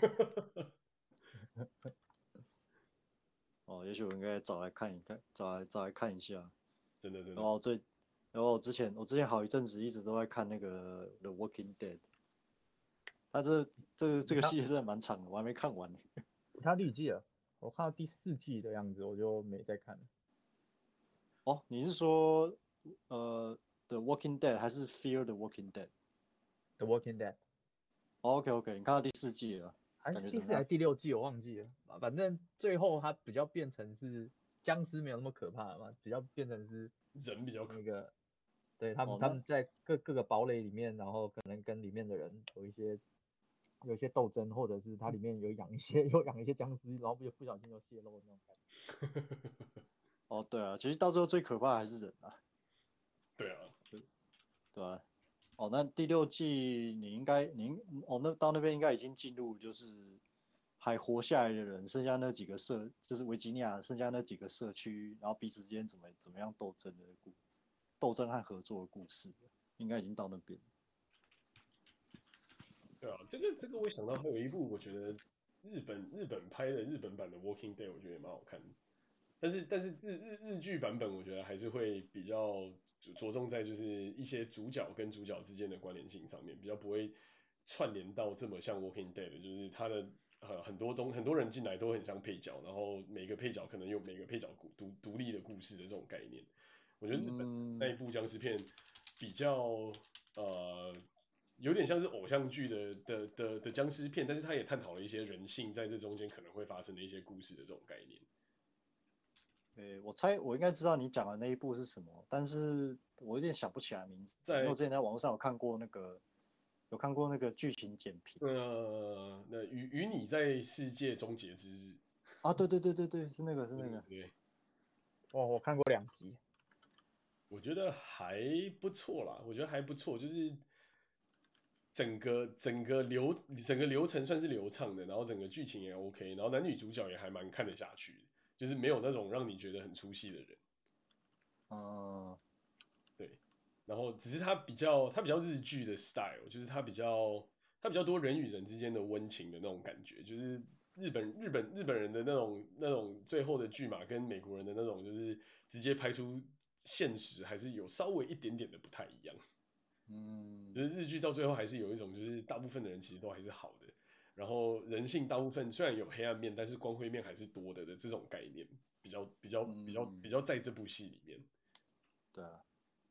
哦，也许我应该找来看一看，找来看一下。 真的真的。 然后我之前好一阵子一直都在看那个《The Walking Dead》，它这个他系列真的蛮长的，我还没看完。 他第几季了？我看到第4季的样子，我就没再看了。 哦，你是说The Walking Dead 还是 Fear the Walking Dead？ The Walking Dead 哦？OK OK，你看到第4季了， 还是第4还感觉怎么样？ 是第6季，我忘记了。反正最后它比较变成是僵尸没有那么可怕了嘛，比较变成是人比较可。 那个对他们哦，那他们在各个堡垒里面，然后可能跟里面的人有一些斗争，或者是它里面有养一些僵尸，然后不小心就泄露的那种感觉。 哦对啊，其实到最后最可怕的还是人啊， 对啊。 对吧、哦，那第6季哦那到那边应该已经进入就是还活下来的人，剩下那几个就是维吉尼亚剩下那几个社区，然后彼此之间怎么样斗争和合作的故事，应该已经到那边。 对啊，这个我想到还有一部，我觉得日本拍的日本版的《Walking Dead》，我觉得也蛮好看的。但是日剧版本，我觉得还是会比较着重在就是一些主角跟主角之间的关联性上面，比较不会串联到这么像《Walking Dead》的，就是他的很多人进来都很像配角，然后每个配角可能有每个配角独立的故事的这种概念。我觉得日本那嗯， 一部僵尸片比较呃有点像是偶像剧的僵尸片，但是它也探讨了一些人性在这中间可能会发生的一些故事的这种概念。 我猜我应该知道你讲的那一部是什么，但是我有点想不起来名字，因为在我之前在网络上有看过那个剧情简评。 那与你在世界终结之日。 啊，对对对对对，是那个。 对， 哦，我看过2集。 我觉得还不错啦，我觉得还不错，就是整个流程算是流畅的，然后整个剧情也 OK，然后男女主角也还蛮看得下去的，就是没有那种让你觉得很出戏的人。 嗯， 对，然后只是它比较日剧的 style，就是它比较多人与人之间的温情的那种感觉，就是日本人的那种最后的剧码跟美国人的那种就是直接拍出现实还是有稍微一点点的不太一样。就是日剧到最后还是有一种就是大部分的人其实都还是好的，然后人性大部分虽然有黑暗面，但是光辉面还是多的这种概念，比较在这部戏里面。 对啊。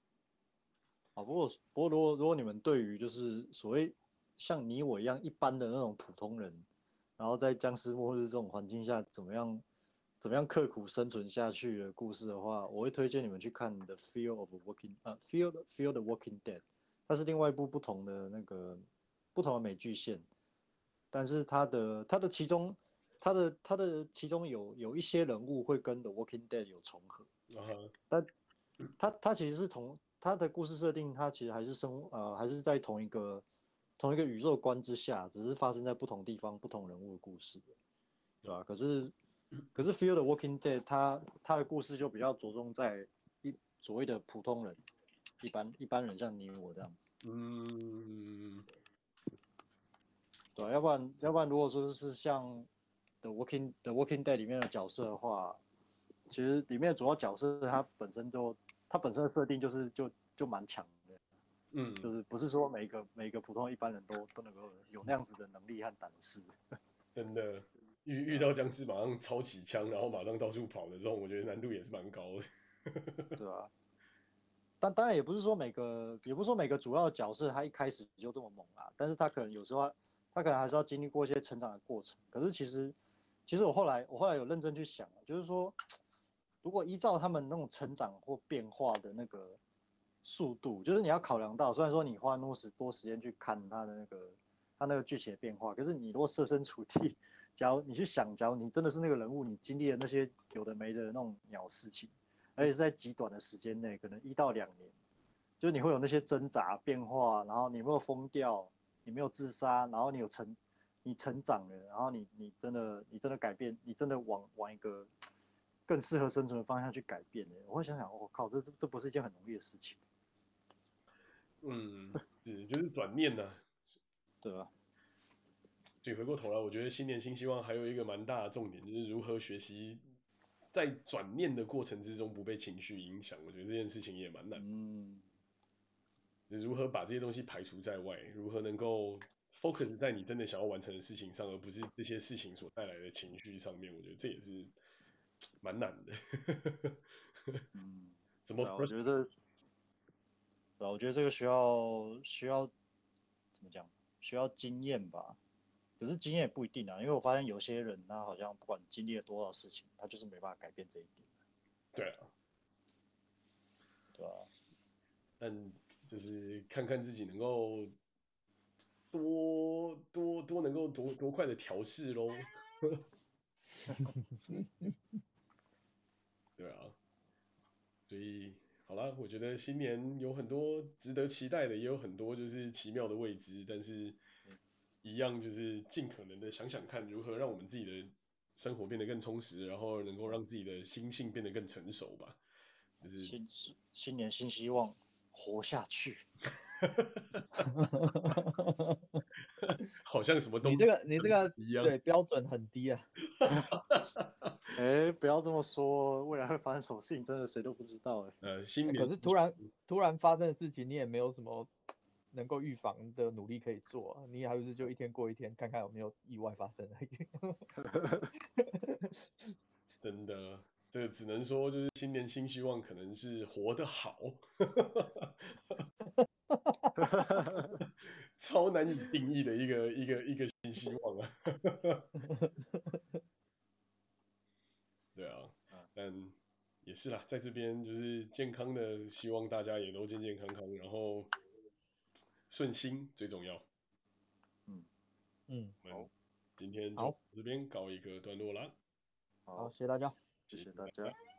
不过如果你们对于就是所谓像你我一样一般的那种普通人，然后在僵尸末日这种环境下怎么样刻苦生存下去的故事的话，我会推荐你们去看《The Fear the Walking Dead》，它是另外一部不同的美剧线，但是它的其中有一些人物会跟《The Walking Dead》有重合，但它其实是它的故事设定，它其实还是在同一个宇宙观之下，只是发生在不同地方、不同人物的故事，对吧？可是《Fear the Walking Dead》它的故事就比较着重在所谓的普通人，一般人像你我这样子，对吧？要不然如果说是像《The Walking Dead》里面的角色的话，其实里面的主要角色它本身的设定就蛮强的，就是不是说每个普通一般人都能够有那样子的能力和胆识。 真的遇到僵尸马上抄起枪，然后马上到处跑的这种，我觉得难度也是蛮高的。 对吧？但当然也不是说每个主要角色他一开始就这么猛啊，但是他可能有时候他可能还是要经历过一些成长的过程。可是其实我后来有认真去想，就是说，如果依照他们那种成长或变化的那个速度，就是你要考量到，虽然说你花多时间去看他那个剧情的变化，可是你如果设身处地，假如你去想，假如你真的是那个人物，你经历了那些有的没的那种鸟事情。而且是在极短的时间内，可能1到2年，就是你会有那些挣扎变化，然后你没有疯掉，你没有自杀，然后你成长了，然后你真的改变，你真的往一个更适合生存的方向去改变了。我会想想，我靠，这不是一件很容易的事情， 就是转念呐、 对吧？ 所以回过头来，我觉得新年新希望还有一个蛮大的重点，就是如何学习在转念的过程之中不被情绪影响。我觉得这件事情也蛮难，就如何把这些东西排除在外，如何能够 focus 在你真的想要完成的事情上，而不是这些事情所带来的情绪上面。我觉得这也是蛮难的。怎么对啊，我觉得这个需要怎么讲？需要经验吧。可是经验也不一定啊，因为我发现有些人他好像不管经历了多少事情，他就是没办法改变这一点， 对啊， 对吧？ 但就是看看自己能够多能够多快的调试咯。对啊，所以好啦，我觉得新年有很多值得期待的，也有很多就是奇妙的未知，但是一样就是尽可能的想想看如何让我们自己的生活变得更充实，然后能够让自己的心性变得更成熟吧。就是新年新希望，活下去。 好像什么东西你这个一样。 对标准很低啊。 哎，不要这么说，未来会发生什么事情，真的谁都不知道哎。 新年可是突然发生的事情，你也没有什么能够预防的努力可以做啊，你还不是就一天过一天，看看有没有意外发生而已。 真的，这个只能说就是新年新希望，可能是活得好，超难以定义的一个新希望啊。对啊，但也是啦，在这边就是健康的，希望大家也都健健康康，然后顺心最重要。 嗯， 我们今天就好， 这边告一个段落啦， 好， 好， 谢谢大家。 谢谢谢谢大家。 大家。